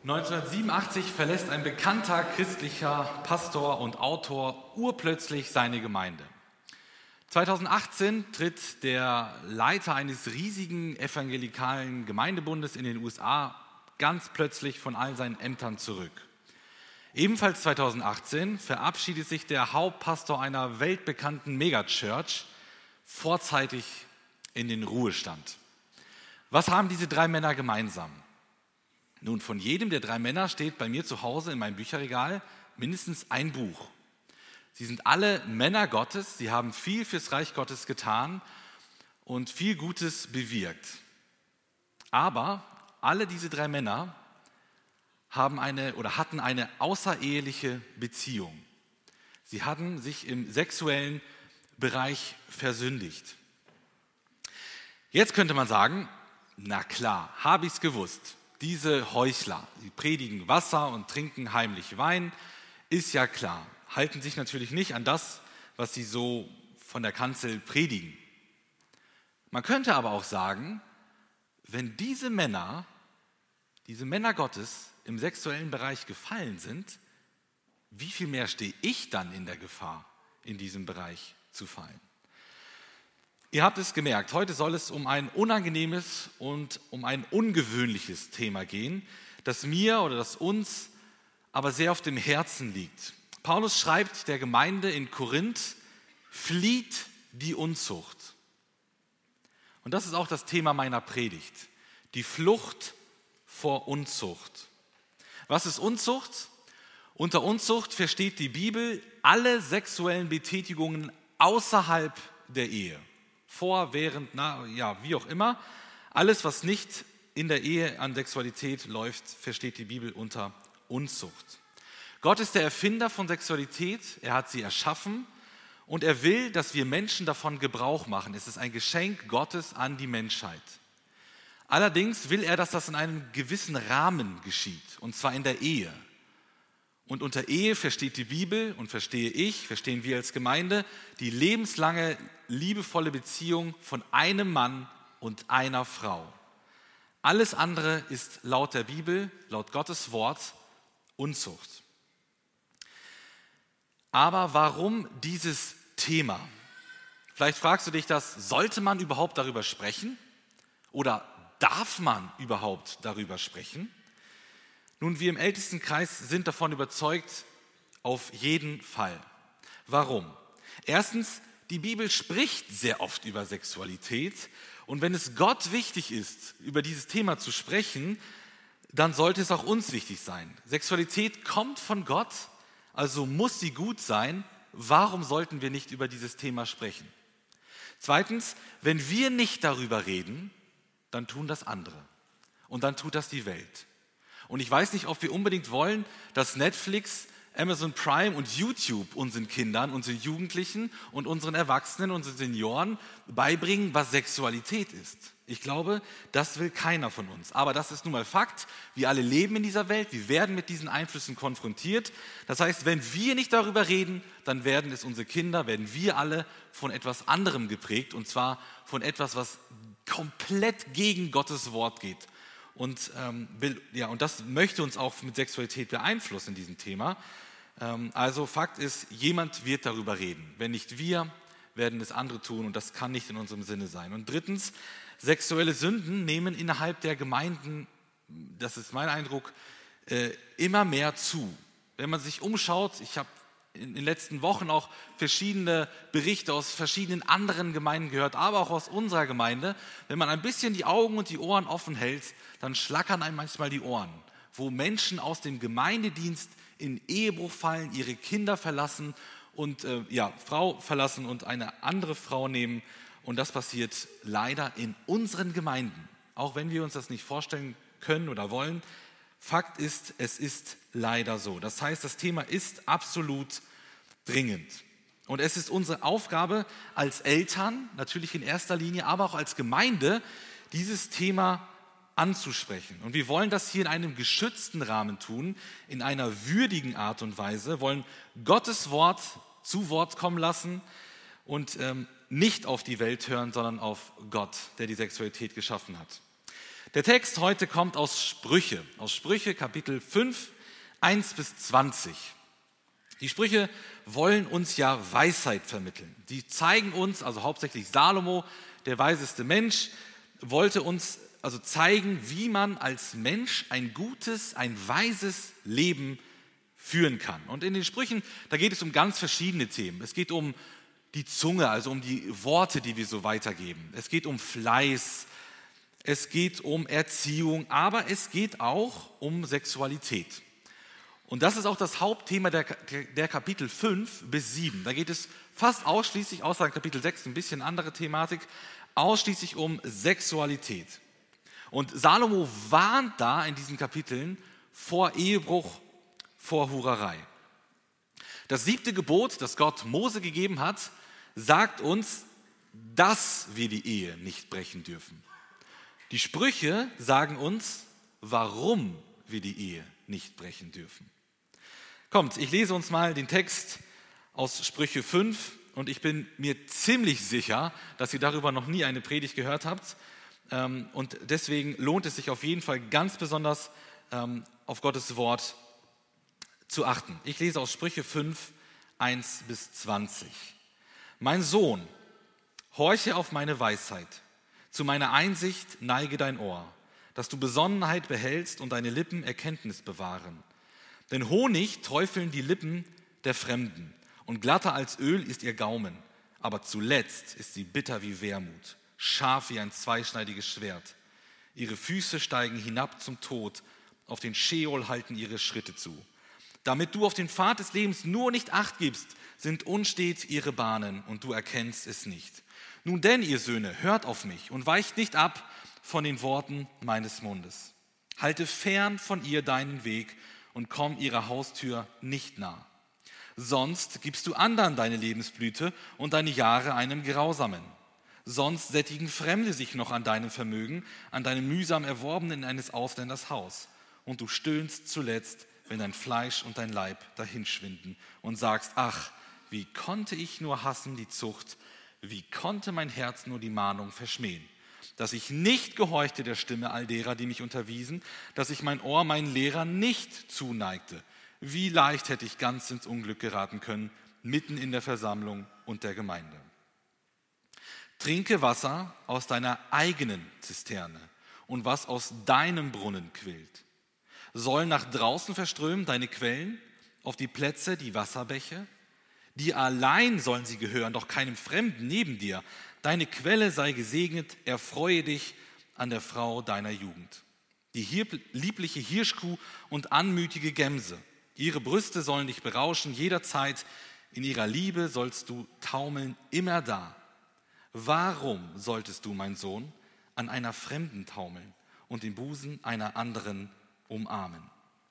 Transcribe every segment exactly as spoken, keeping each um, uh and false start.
neunzehnhundertsiebenundachtzig verlässt ein bekannter christlicher Pastor und Autor urplötzlich seine Gemeinde. zweitausendachtzehn tritt der Leiter eines riesigen evangelikalen Gemeindebundes in den U S A ganz plötzlich von all seinen Ämtern zurück. Ebenfalls zweitausendachtzehn verabschiedet sich der Hauptpastor einer weltbekannten Megachurch vorzeitig in den Ruhestand. Was haben diese drei Männer gemeinsam? Nun, von jedem der drei Männer steht bei mir zu Hause in meinem Bücherregal mindestens ein Buch. Sie sind alle Männer Gottes, sie haben viel fürs Reich Gottes getan und viel Gutes bewirkt. Aber alle diese drei Männer haben eine oder hatten eine außereheliche Beziehung. Sie hatten sich im sexuellen Bereich versündigt. Jetzt könnte man sagen, na klar, habe ich es gewusst. Diese Heuchler, die predigen Wasser und trinken heimlich Wein, ist ja klar, halten sich natürlich nicht an das, was sie so von der Kanzel predigen. Man könnte aber auch sagen, wenn diese Männer, diese Männer Gottes im sexuellen Bereich gefallen sind, wie viel mehr stehe ich dann in der Gefahr, in diesem Bereich zu fallen? Ihr habt es gemerkt, heute soll es um ein unangenehmes und um ein ungewöhnliches Thema gehen, das mir oder das uns aber sehr auf dem Herzen liegt. Paulus schreibt der Gemeinde in Korinth, flieht die Unzucht. Und das ist auch das Thema meiner Predigt, die Flucht vor Unzucht. Was ist Unzucht? Unter Unzucht versteht die Bibel alle sexuellen Betätigungen außerhalb der Ehe. Vor, während, na, ja, wie auch immer. Alles, was nicht in der Ehe an Sexualität läuft, versteht die Bibel unter Unzucht. Gott ist der Erfinder von Sexualität, er hat sie erschaffen und er will, dass wir Menschen davon Gebrauch machen. Es ist ein Geschenk Gottes an die Menschheit. Allerdings will er, dass das in einem gewissen Rahmen geschieht, und zwar in der Ehe. Und unter Ehe versteht die Bibel und verstehe ich, verstehen wir als Gemeinde, die lebenslange, liebevolle Beziehung von einem Mann und einer Frau. Alles andere ist laut der Bibel, laut Gottes Wort, Unzucht. Aber warum dieses Thema? Vielleicht fragst du dich das, sollte man überhaupt darüber sprechen? Oder darf man überhaupt darüber sprechen? Nun, wir im Ältestenkreis sind davon überzeugt, auf jeden Fall. Warum? Erstens, die Bibel spricht sehr oft über Sexualität und wenn es Gott wichtig ist, über dieses Thema zu sprechen, dann sollte es auch uns wichtig sein. Sexualität kommt von Gott, also muss sie gut sein. Warum sollten wir nicht über dieses Thema sprechen? Zweitens, wenn wir nicht darüber reden, dann tun das andere und dann tut das die Welt. Und ich weiß nicht, ob wir unbedingt wollen, dass Netflix, Amazon Prime und YouTube unseren Kindern, unseren Jugendlichen und unseren Erwachsenen, unseren Senioren beibringen, was Sexualität ist. Ich glaube, das will keiner von uns. Aber das ist nun mal Fakt. Wir alle leben in dieser Welt, wir werden mit diesen Einflüssen konfrontiert. Das heißt, wenn wir nicht darüber reden, dann werden es unsere Kinder, werden wir alle von etwas anderem geprägt. Und zwar von etwas, was komplett gegen Gottes Wort geht. Und, ähm, will, ja, und das möchte uns auch mit Sexualität beeinflussen in diesem Thema. Ähm, also Fakt ist, jemand wird darüber reden. Wenn nicht wir, werden es andere tun und das kann nicht in unserem Sinne sein. Und drittens, sexuelle Sünden nehmen innerhalb der Gemeinden, das ist mein Eindruck, äh, immer mehr zu. Wenn man sich umschaut, ich habe in den letzten Wochen auch verschiedene Berichte aus verschiedenen anderen Gemeinden gehört, aber auch aus unserer Gemeinde. Wenn man ein bisschen die Augen und die Ohren offen hält, dann schlackern einem manchmal die Ohren, wo Menschen aus dem Gemeindedienst in Ehebruch fallen, ihre Kinder verlassen und äh, ja, Frau verlassen und eine andere Frau nehmen. Und das passiert leider in unseren Gemeinden, auch wenn wir uns das nicht vorstellen können oder wollen. Fakt ist, es ist leider so. Das heißt, das Thema ist absolut dringend. Und es ist unsere Aufgabe als Eltern, natürlich in erster Linie, aber auch als Gemeinde, dieses Thema anzusprechen. Und wir wollen das hier in einem geschützten Rahmen tun, in einer würdigen Art und Weise, wollen Gottes Wort zu Wort kommen lassen und ähm, nicht auf die Welt hören, sondern auf Gott, der die Sexualität geschaffen hat. Der Text heute kommt aus Sprüche, aus Sprüche Kapitel fünf, eins bis zwanzig. Die Sprüche wollen uns ja Weisheit vermitteln. Die zeigen uns, also hauptsächlich Salomo, der weiseste Mensch, wollte uns also zeigen, wie man als Mensch ein gutes, ein weises Leben führen kann. Und in den Sprüchen, da geht es um ganz verschiedene Themen. Es geht um die Zunge, also um die Worte, die wir so weitergeben. Es geht um Fleiß, es geht um Erziehung, aber es geht auch um Sexualität. Und das ist auch das Hauptthema der, der Kapitel fünf bis sieben. Da geht es fast ausschließlich, außer Kapitel sechs, ein bisschen andere Thematik, ausschließlich um Sexualität. Und Salomo warnt da in diesen Kapiteln vor Ehebruch, vor Hurerei. Das siebte Gebot, das Gott Mose gegeben hat, sagt uns, dass wir die Ehe nicht brechen dürfen. Die Sprüche sagen uns, warum wir die Ehe nicht brechen dürfen. Kommt, ich lese uns mal den Text aus Sprüche fünf und ich bin mir ziemlich sicher, dass ihr darüber noch nie eine Predigt gehört habt und deswegen lohnt es sich auf jeden Fall ganz besonders auf Gottes Wort zu achten. Ich lese aus Sprüche fünf, eins bis zwanzig. Mein Sohn, horche auf meine Weisheit, zu meiner Einsicht neige dein Ohr, dass du Besonnenheit behältst und deine Lippen Erkenntnis bewahren. Denn Honig träufeln die Lippen der Fremden und glatter als Öl ist ihr Gaumen, aber zuletzt ist sie bitter wie Wermut, scharf wie ein zweischneidiges Schwert. Ihre Füße steigen hinab zum Tod, auf den Scheol halten ihre Schritte zu. Damit du auf den Pfad des Lebens nur nicht Acht gibst, sind unstet ihre Bahnen und du erkennst es nicht. Nun denn, ihr Söhne, hört auf mich und weicht nicht ab von den Worten meines Mundes. Halte fern von ihr deinen Weg und komm ihrer Haustür nicht nah. Sonst gibst du anderen deine Lebensblüte und deine Jahre einem Grausamen. Sonst sättigen Fremde sich noch an deinem Vermögen, an deinem mühsam Erworbenen in eines Ausländers Haus. Und du stöhnst zuletzt, wenn dein Fleisch und dein Leib dahinschwinden und sagst, ach, wie konnte ich nur hassen die Zucht, wie konnte mein Herz nur die Mahnung verschmähen, dass ich nicht gehorchte der Stimme all derer, die mich unterwiesen, dass ich mein Ohr meinen Lehrern nicht zuneigte. Wie leicht hätte ich ganz ins Unglück geraten können, mitten in der Versammlung und der Gemeinde. Trinke Wasser aus deiner eigenen Zisterne und was aus deinem Brunnen quillt. Sollen nach draußen verströmen deine Quellen, auf die Plätze die Wasserbäche? Dir allein sollen sie gehören, doch keinem Fremden neben dir. Deine Quelle sei gesegnet, erfreue dich an der Frau deiner Jugend. Die hier, liebliche Hirschkuh und anmütige Gemse, ihre Brüste sollen dich berauschen, jederzeit in ihrer Liebe sollst du taumeln, immer da. Warum solltest du, mein Sohn, an einer Fremden taumeln und den Busen einer anderen umarmen?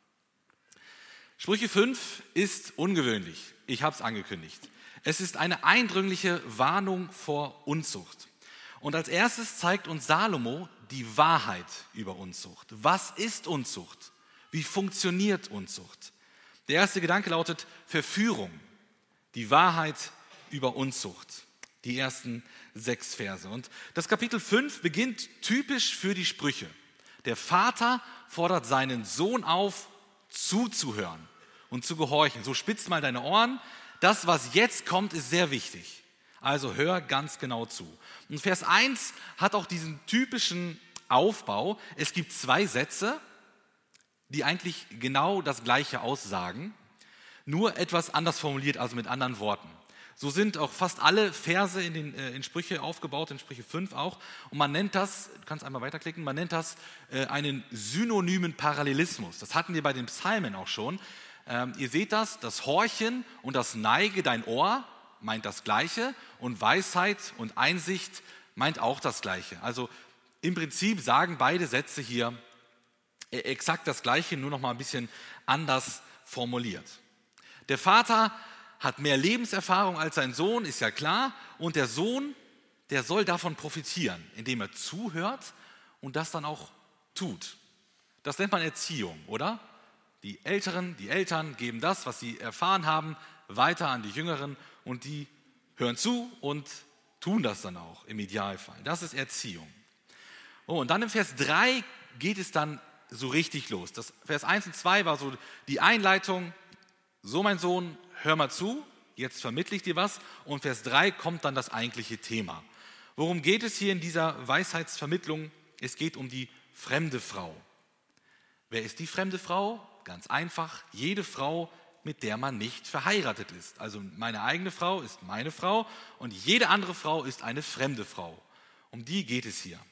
Sprüche fünf ist ungewöhnlich. Ich habe es angekündigt. Es ist eine eindringliche Warnung vor Unzucht. Und als erstes zeigt uns Salomo die Wahrheit über Unzucht. Was ist Unzucht? Wie funktioniert Unzucht? Der erste Gedanke lautet Verführung. Die Wahrheit über Unzucht. Die ersten sechs Verse. Und das Kapitel fünf beginnt typisch für die Sprüche. Der Vater fordert seinen Sohn auf, zuzuhören und zu gehorchen. So spitz mal deine Ohren. Das, was jetzt kommt, ist sehr wichtig. Also hör ganz genau zu. Und Vers eins hat auch diesen typischen Aufbau. Es gibt zwei Sätze, die eigentlich genau das Gleiche aussagen, nur etwas anders formuliert, also mit anderen Worten. So sind auch fast alle Verse in den äh, in Sprüche aufgebaut, in Sprüche fünf auch. Und man nennt das, du kannst einmal weiterklicken, man nennt das äh, einen synonymen Parallelismus. Das hatten wir bei den Psalmen auch schon. Ähm, ihr seht das, das Horchen und das Neige dein Ohr meint das Gleiche und Weisheit und Einsicht meint auch das Gleiche. Also im Prinzip sagen beide Sätze hier äh, exakt das Gleiche, nur noch mal ein bisschen anders formuliert. Der Vater hat mehr Lebenserfahrung als sein Sohn, ist ja klar. Und der Sohn, der soll davon profitieren, indem er zuhört und das dann auch tut. Das nennt man Erziehung, oder? Die Älteren, die Eltern geben das, was sie erfahren haben, weiter an die Jüngeren und die hören zu und tun das dann auch im Idealfall. Das ist Erziehung. Oh, und dann im Vers drei geht es dann so richtig los. Das Vers eins und zwei war so die Einleitung. So, mein Sohn, hör mal zu, jetzt vermittle ich dir was. Und Vers drei kommt dann das eigentliche Thema. Worum geht es hier in dieser Weisheitsvermittlung? Es geht um die fremde Frau. Wer ist die fremde Frau? Ganz einfach, jede Frau, mit der man nicht verheiratet ist. Also meine eigene Frau ist meine Frau und jede andere Frau ist eine fremde Frau. Um die geht es hier.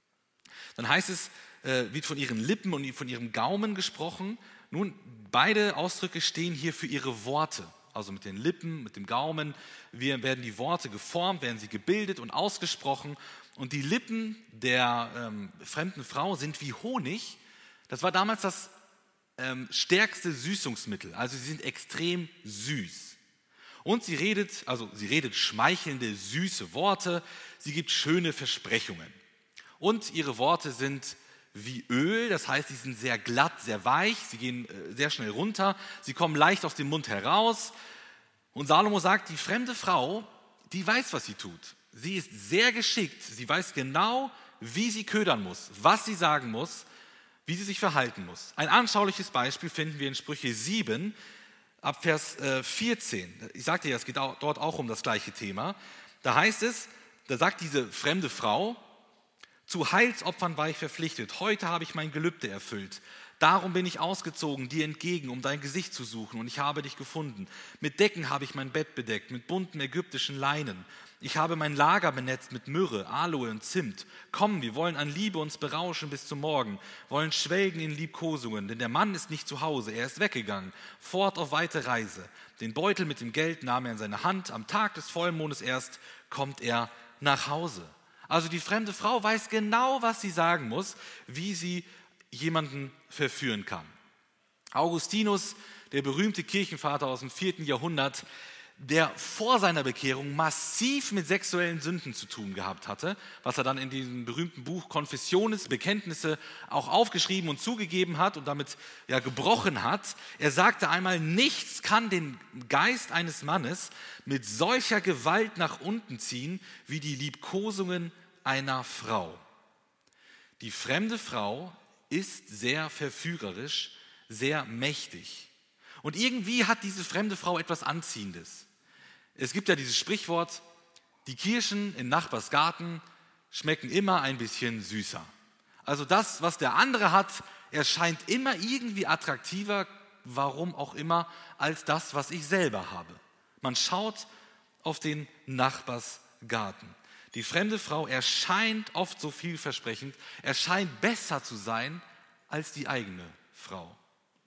Dann heißt es, äh, wird von ihren Lippen und von ihrem Gaumen gesprochen. Nun, beide Ausdrücke stehen hier für ihre Worte. Also mit den Lippen, mit dem Gaumen wir werden die Worte geformt, werden sie gebildet und ausgesprochen. Und die Lippen der ähm, fremden Frau sind wie Honig. Das war damals das ähm, stärkste Süßungsmittel. Also sie sind extrem süß. Und sie redet, also sie redet schmeichelnde, süße Worte. Sie gibt schöne Versprechungen. Und ihre Worte sind wie Öl, das heißt, sie sind sehr glatt, sehr weich, sie gehen sehr schnell runter, sie kommen leicht aus dem Mund heraus. Und Salomo sagt, die fremde Frau, die weiß, was sie tut. Sie ist sehr geschickt, sie weiß genau, wie sie ködern muss, was sie sagen muss, wie sie sich verhalten muss. Ein anschauliches Beispiel finden wir in Sprüche sieben, ab Vers vierzehn. Ich sagte ja, es geht dort auch um das gleiche Thema. Da heißt es, da sagt diese fremde Frau, zu Heilsopfern war ich verpflichtet, heute habe ich mein Gelübde erfüllt. Darum bin ich ausgezogen, dir entgegen, um dein Gesicht zu suchen, und ich habe dich gefunden. Mit Decken habe ich mein Bett bedeckt, mit bunten ägyptischen Leinen. Ich habe mein Lager benetzt mit Myrrhe, Aloe und Zimt. Komm, wir wollen an Liebe uns berauschen bis zum Morgen, wollen schwelgen in Liebkosungen, denn der Mann ist nicht zu Hause, er ist weggegangen, fort auf weite Reise. Den Beutel mit dem Geld nahm er in seine Hand, am Tag des Vollmondes erst kommt er nach Hause. Also die fremde Frau weiß genau, was sie sagen muss, wie sie jemanden verführen kann. Augustinus, der berühmte Kirchenvater aus dem vierten Jahrhundert, der vor seiner Bekehrung massiv mit sexuellen Sünden zu tun gehabt hatte, was er dann in diesem berühmten Buch Confessiones, Bekenntnisse auch aufgeschrieben und zugegeben hat und damit ja gebrochen hat. Er sagte einmal, nichts kann den Geist eines Mannes mit solcher Gewalt nach unten ziehen, wie die Liebkosungen einer Frau. Die fremde Frau ist sehr verführerisch, sehr mächtig. Und irgendwie hat diese fremde Frau etwas Anziehendes. Es gibt ja dieses Sprichwort, die Kirschen in Nachbars Garten schmecken immer ein bisschen süßer. Also das, was der andere hat, erscheint immer irgendwie attraktiver, warum auch immer, als das, was ich selber habe. Man schaut auf den Nachbarsgarten. Die fremde Frau erscheint oft so vielversprechend, erscheint besser zu sein als die eigene Frau.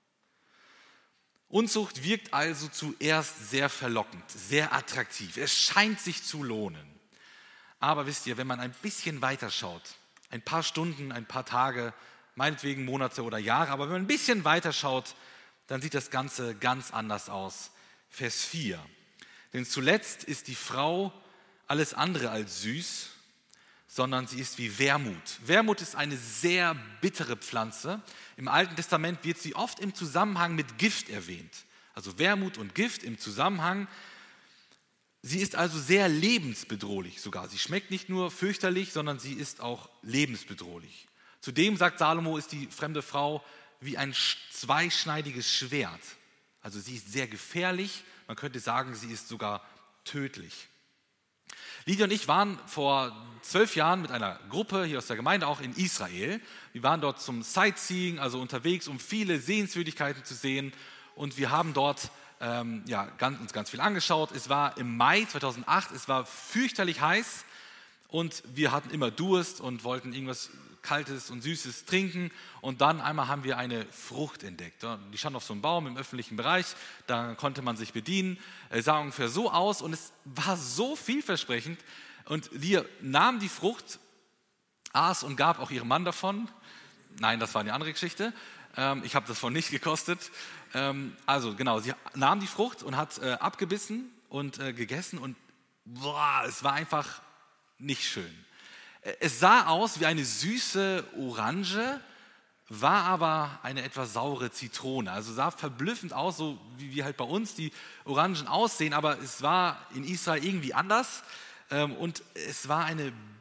Unzucht wirkt also zuerst sehr verlockend, sehr attraktiv. Es scheint sich zu lohnen. Aber wisst ihr, wenn man ein bisschen weiter schaut, ein paar Stunden, ein paar Tage, meinetwegen Monate oder Jahre, aber wenn man ein bisschen weiter schaut, dann sieht das Ganze ganz anders aus. Vers vier. Denn zuletzt ist die Frau alles andere als süß, sondern sie ist wie Wermut. Wermut ist eine sehr bittere Pflanze. Im Alten Testament wird sie oft im Zusammenhang mit Gift erwähnt. Also Wermut und Gift im Zusammenhang. Sie ist also sehr lebensbedrohlich sogar. Sie schmeckt nicht nur fürchterlich, sondern sie ist auch lebensbedrohlich. Zudem, sagt Salomo, ist die fremde Frau wie ein zweischneidiges Schwert. Also sie ist sehr gefährlich. Man könnte sagen, sie ist sogar tödlich. Lydia und ich waren vor zwölf Jahren mit einer Gruppe hier aus der Gemeinde auch in Israel. Wir waren dort zum Sightseeing, also unterwegs, um viele Sehenswürdigkeiten zu sehen. Und wir haben dort ähm, ja, ganz, uns ganz viel angeschaut. Es war im Mai zweitausendacht, es war fürchterlich heiß und wir hatten immer Durst und wollten irgendwas Kaltes und Süßes trinken. Und dann einmal haben wir eine Frucht entdeckt. Die stand auf so einem Baum im öffentlichen Bereich, da konnte man sich bedienen. Es sah ungefähr so aus und es war so vielversprechend. Und wir nahmen die Frucht, aß und gab auch ihrem Mann davon. Nein, das war eine andere Geschichte. Ich habe das von nicht gekostet. Also genau, sie nahm die Frucht und hat abgebissen und gegessen und boah, es war einfach nicht schön. Es sah aus wie eine süße Orange, war aber eine etwas saure Zitrone. Also sah verblüffend aus, so wie, wie halt bei uns die Orangen aussehen, aber es war in Israel irgendwie anders. Und es war eine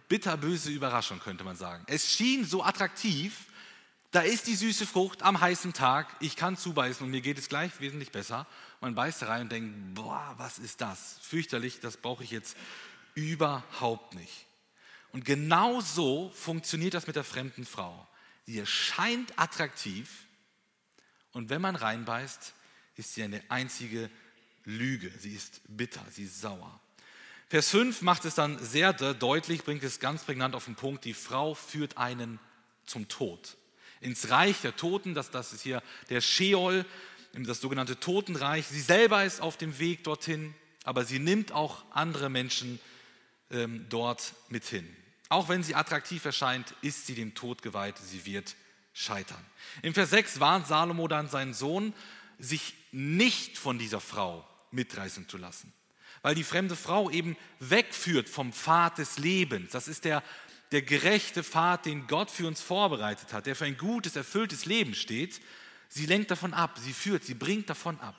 bitterböse Überraschung, könnte man sagen. Es schien so attraktiv, da ist die süße Frucht am heißen Tag, ich kann zubeißen und mir geht es gleich wesentlich besser. Man beißt rein und denkt, boah, was ist das? Fürchterlich, das brauche ich jetzt überhaupt nicht. Und genau so funktioniert das mit der fremden Frau. Sie erscheint attraktiv und wenn man reinbeißt, ist sie eine einzige Lüge. Sie ist bitter, sie ist sauer. Vers fünf macht es dann sehr deutlich, bringt es ganz prägnant auf den Punkt, die Frau führt einen zum Tod. Ins Reich der Toten, das, das ist hier der Scheol, das sogenannte Totenreich. Sie selber ist auf dem Weg dorthin, aber sie nimmt auch andere Menschen ähm, dort mit hin. Auch wenn sie attraktiv erscheint, ist sie dem Tod geweiht, sie wird scheitern. Im Vers sechs warnt Salomo dann seinen Sohn, sich nicht von dieser Frau mitreißen zu lassen. Weil die fremde Frau eben wegführt vom Pfad des Lebens. Das ist der, der gerechte Pfad, den Gott für uns vorbereitet hat, der für ein gutes, erfülltes Leben steht. Sie lenkt davon ab, sie führt, sie bringt davon ab.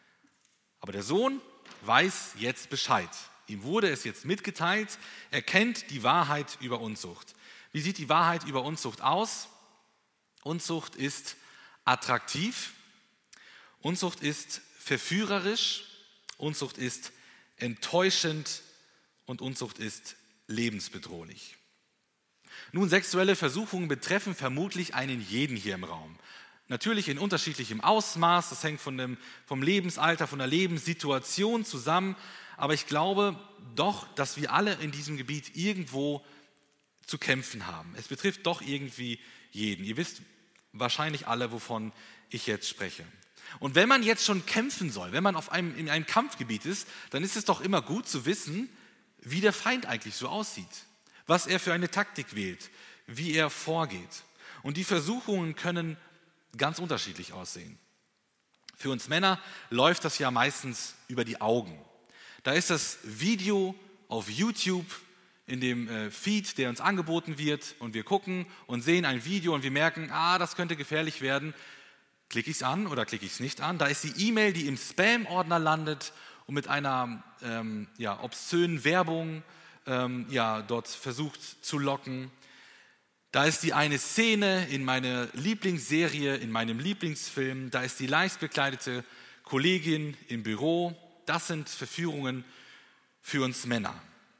Aber der Sohn weiß jetzt Bescheid. Ihm wurde es jetzt mitgeteilt, er kennt die Wahrheit über Unzucht. Wie sieht die Wahrheit über Unzucht aus? Unzucht ist attraktiv, Unzucht ist verführerisch, Unzucht ist enttäuschend und Unzucht ist lebensbedrohlich. Nun, sexuelle Versuchungen betreffen vermutlich einen jeden hier im Raum. Natürlich in unterschiedlichem Ausmaß, das hängt von dem, vom Lebensalter, von der Lebenssituation zusammen, aber ich glaube doch, dass wir alle in diesem Gebiet irgendwo zu kämpfen haben. Es betrifft doch irgendwie jeden. Ihr wisst wahrscheinlich alle, wovon ich jetzt spreche. Und wenn man jetzt schon kämpfen soll, wenn man auf einem, in einem Kampfgebiet ist, dann ist es doch immer gut zu wissen, wie der Feind eigentlich so aussieht, was er für eine Taktik wählt, wie er vorgeht. Und die Versuchungen können ganz unterschiedlich aussehen. Für uns Männer läuft das ja meistens über die Augen. Da ist das Video auf YouTube in dem Feed, der uns angeboten wird und wir gucken und sehen ein Video und wir merken, ah, das könnte gefährlich werden. Klicke ich es an oder klicke ich es nicht an? Da ist die E-Mail, die im Spam-Ordner landet und mit einer ähm, ja, obszönen Werbung ähm, ja, dort versucht zu locken. Da ist die eine Szene in meiner Lieblingsserie, in meinem Lieblingsfilm. Da ist die leicht bekleidete Kollegin im Büro. Das sind Verführungen für uns Männer.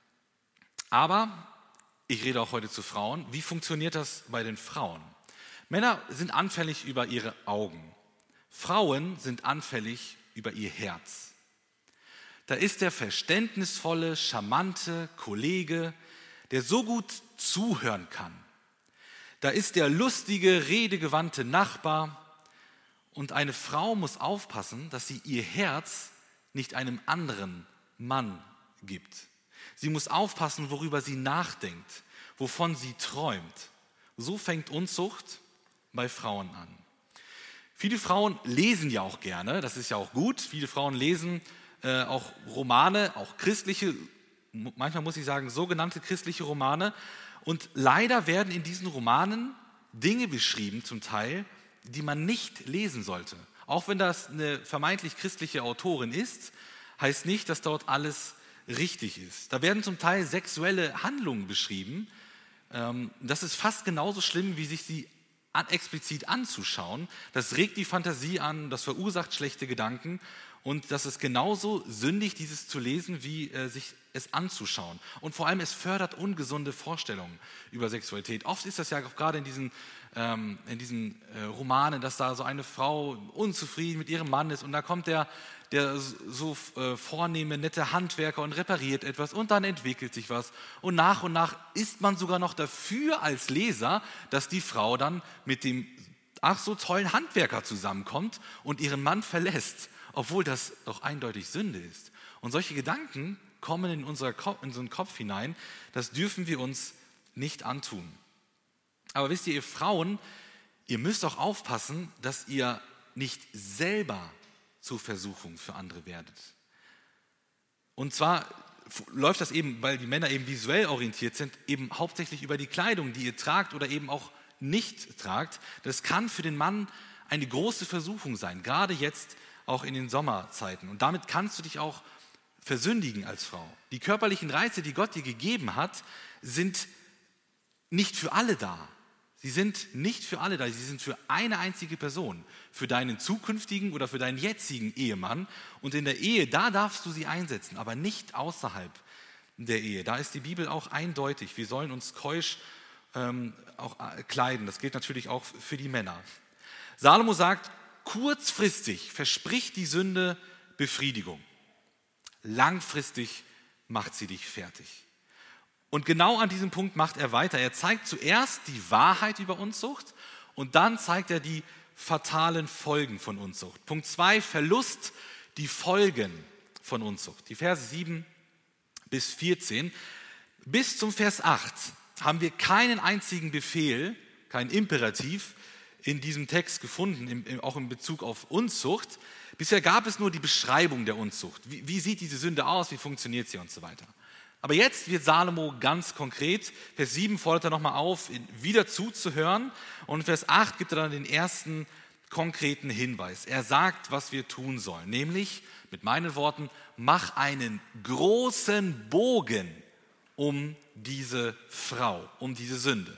Aber ich rede auch heute zu Frauen. Wie funktioniert das bei den Frauen? Männer sind anfällig über ihre Augen. Frauen sind anfällig über ihr Herz. Da ist der verständnisvolle, charmante Kollege, der so gut zuhören kann. Da ist der lustige, redegewandte Nachbar. Und eine Frau muss aufpassen, dass sie ihr Herz nicht einem anderen Mann gibt. Sie muss aufpassen, worüber sie nachdenkt, wovon sie träumt. So fängt Unzucht bei Frauen an. Viele Frauen lesen ja auch gerne, das ist ja auch gut. Viele Frauen lesen äh, auch Romane, auch christliche, manchmal muss ich sagen, sogenannte christliche Romane. Und leider werden in diesen Romanen Dinge beschrieben, zum Teil, die man nicht lesen sollte. Auch wenn das eine vermeintlich christliche Autorin ist, heißt nicht, dass dort alles richtig ist. Da werden zum Teil sexuelle Handlungen beschrieben. Ähm, das ist fast genauso schlimm, wie sich sie an, explizit anzuschauen. Das regt die Fantasie an, das verursacht schlechte Gedanken und das ist genauso sündig, dieses zu lesen, wie äh, sich es anzuschauen. Und vor allem, es fördert ungesunde Vorstellungen über Sexualität. Oft ist das ja auch gerade in diesen, ähm, in diesen äh, Romanen, dass da so eine Frau unzufrieden mit ihrem Mann ist und da kommt der, der so äh, vornehme, nette Handwerker und repariert etwas und dann entwickelt sich was. Und nach und nach ist man sogar noch dafür als Leser, dass die Frau dann mit dem ach so tollen Handwerker zusammenkommt und ihren Mann verlässt, obwohl das doch eindeutig Sünde ist. Und solche Gedanken kommen in, unser Kopf, in unseren Kopf hinein, das dürfen wir uns nicht antun. Aber wisst ihr, ihr Frauen, ihr müsst auch aufpassen, dass ihr nicht selber zur Versuchung für andere werdet. Und zwar läuft das eben, weil die Männer eben visuell orientiert sind, eben hauptsächlich über die Kleidung, die ihr tragt oder eben auch nicht tragt. Das kann für den Mann eine große Versuchung sein, gerade jetzt auch in den Sommerzeiten. Und damit kannst du dich auch versündigen als Frau. Die körperlichen Reize, die Gott dir gegeben hat, sind nicht für alle da. Sie sind nicht für alle da, sie sind für eine einzige Person, für deinen zukünftigen oder für deinen jetzigen Ehemann. Und in der Ehe, da darfst du sie einsetzen, aber nicht außerhalb der Ehe. Da ist die Bibel auch eindeutig. Wir sollen uns keusch ähm, auch kleiden. Das gilt natürlich auch für die Männer. Salomo sagt, kurzfristig verspricht die Sünde Befriedigung. Langfristig macht sie dich fertig. Und genau an diesem Punkt macht er weiter. Er zeigt zuerst die Wahrheit über Unzucht und dann zeigt er die fatalen Folgen von Unzucht. Punkt zwei, Verlust, die Folgen von Unzucht. Die Verse sieben bis vierzehn. Bis zum Vers acht haben wir keinen einzigen Befehl, kein Imperativ in diesem Text gefunden, im, im, auch in Bezug auf Unzucht. Bisher gab es nur die Beschreibung der Unzucht. Wie, wie sieht diese Sünde aus, wie funktioniert sie und so weiter. Aber jetzt wird Salomo ganz konkret. Vers sieben fordert er nochmal auf, wieder zuzuhören. Und Vers acht gibt er dann den ersten konkreten Hinweis. Er sagt, was wir tun sollen. Nämlich, mit meinen Worten, mach einen großen Bogen um diese Frau, um diese Sünde.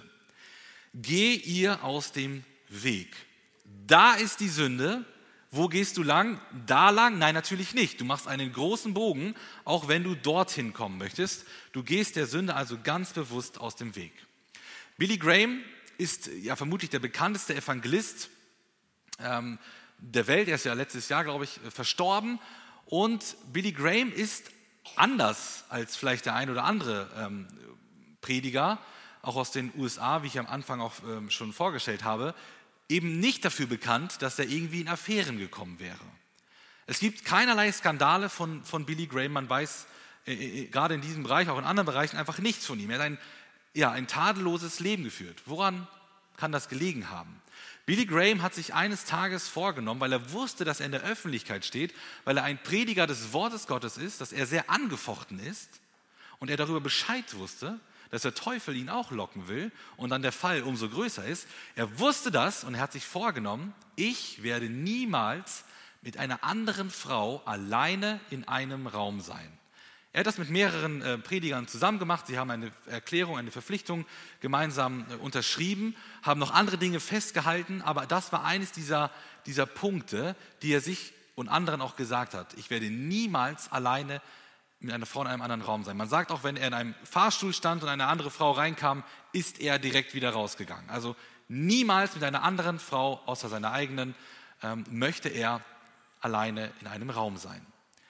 Geh ihr aus dem Weg. Da ist die Sünde. Wo gehst du lang? Da lang? Nein, natürlich nicht. Du machst einen großen Bogen, auch wenn du dorthin kommen möchtest. Du gehst der Sünde also ganz bewusst aus dem Weg. Billy Graham ist ja vermutlich der bekannteste Evangelist ähm, der Welt. Er ist ja letztes Jahr, glaube ich, verstorben. Und Billy Graham ist anders als vielleicht der ein oder andere ähm, Prediger, auch aus den U S A, wie ich am Anfang auch ähm, schon vorgestellt habe, eben nicht dafür bekannt, dass er irgendwie in Affären gekommen wäre. Es gibt keinerlei Skandale von, von Billy Graham. Man weiß äh, äh, gerade in diesem Bereich, auch in anderen Bereichen, einfach nichts von ihm. Er hat ein, ja, ein tadelloses Leben geführt. Woran kann das gelegen haben? Billy Graham hat sich eines Tages vorgenommen, weil er wusste, dass er in der Öffentlichkeit steht, weil er ein Prediger des Wortes Gottes ist, dass er sehr angefochten ist und er darüber Bescheid wusste, dass der Teufel ihn auch locken will und dann der Fall umso größer ist. Er wusste das und er hat sich vorgenommen, ich werde niemals mit einer anderen Frau alleine in einem Raum sein. Er hat das mit mehreren äh, Predigern zusammen gemacht. Sie haben eine Erklärung, eine Verpflichtung gemeinsam äh, unterschrieben, haben noch andere Dinge festgehalten, aber das war eines dieser, dieser Punkte, die er sich und anderen auch gesagt hat. Ich werde niemals alleine mit einer Frau in einem anderen Raum sein. Man sagt auch, wenn er in einem Fahrstuhl stand und eine andere Frau reinkam, ist er direkt wieder rausgegangen. Also niemals mit einer anderen Frau, außer seiner eigenen, ähm, möchte er alleine in einem Raum sein.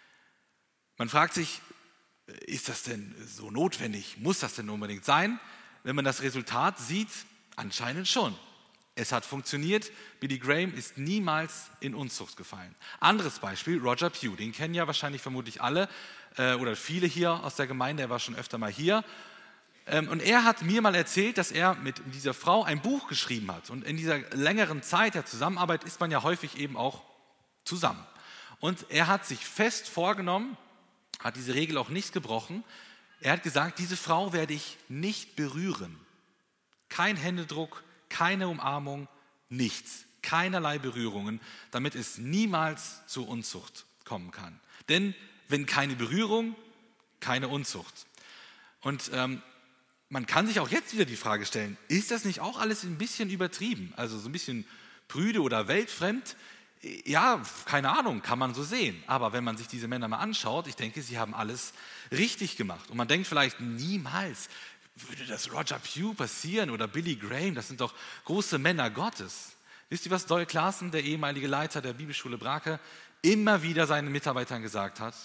Man fragt sich, ist das denn so notwendig? Muss das denn unbedingt sein? Wenn man das Resultat sieht, anscheinend schon. Es hat funktioniert. Billy Graham ist niemals in Unzucht gefallen. Anderes Beispiel, Roger Pugh, den kennen ja wahrscheinlich vermutlich alle äh, oder viele hier aus der Gemeinde, er war schon öfter mal hier. Ähm, und er hat mir mal erzählt, dass er mit dieser Frau ein Buch geschrieben hat. Und in dieser längeren Zeit der Zusammenarbeit ist man ja häufig eben auch zusammen. Und er hat sich fest vorgenommen, hat diese Regel auch nicht gebrochen. Er hat gesagt, diese Frau werde ich nicht berühren. Kein Händedruck, keine Umarmung, nichts, keinerlei Berührungen, damit es niemals zur Unzucht kommen kann. Denn wenn keine Berührung, keine Unzucht. Und ähm, man kann sich auch jetzt wieder die Frage stellen, ist das nicht auch alles ein bisschen übertrieben? Also so ein bisschen prüde oder weltfremd? Ja, keine Ahnung, kann man so sehen. Aber wenn man sich diese Männer mal anschaut, ich denke, sie haben alles richtig gemacht. Und man denkt vielleicht, niemals würde das Roger Pugh passieren oder Billy Graham, das sind doch große Männer Gottes. Wisst ihr, was Doyle Claassen, der ehemalige Leiter der Bibelschule Brake, immer wieder seinen Mitarbeitern gesagt hat?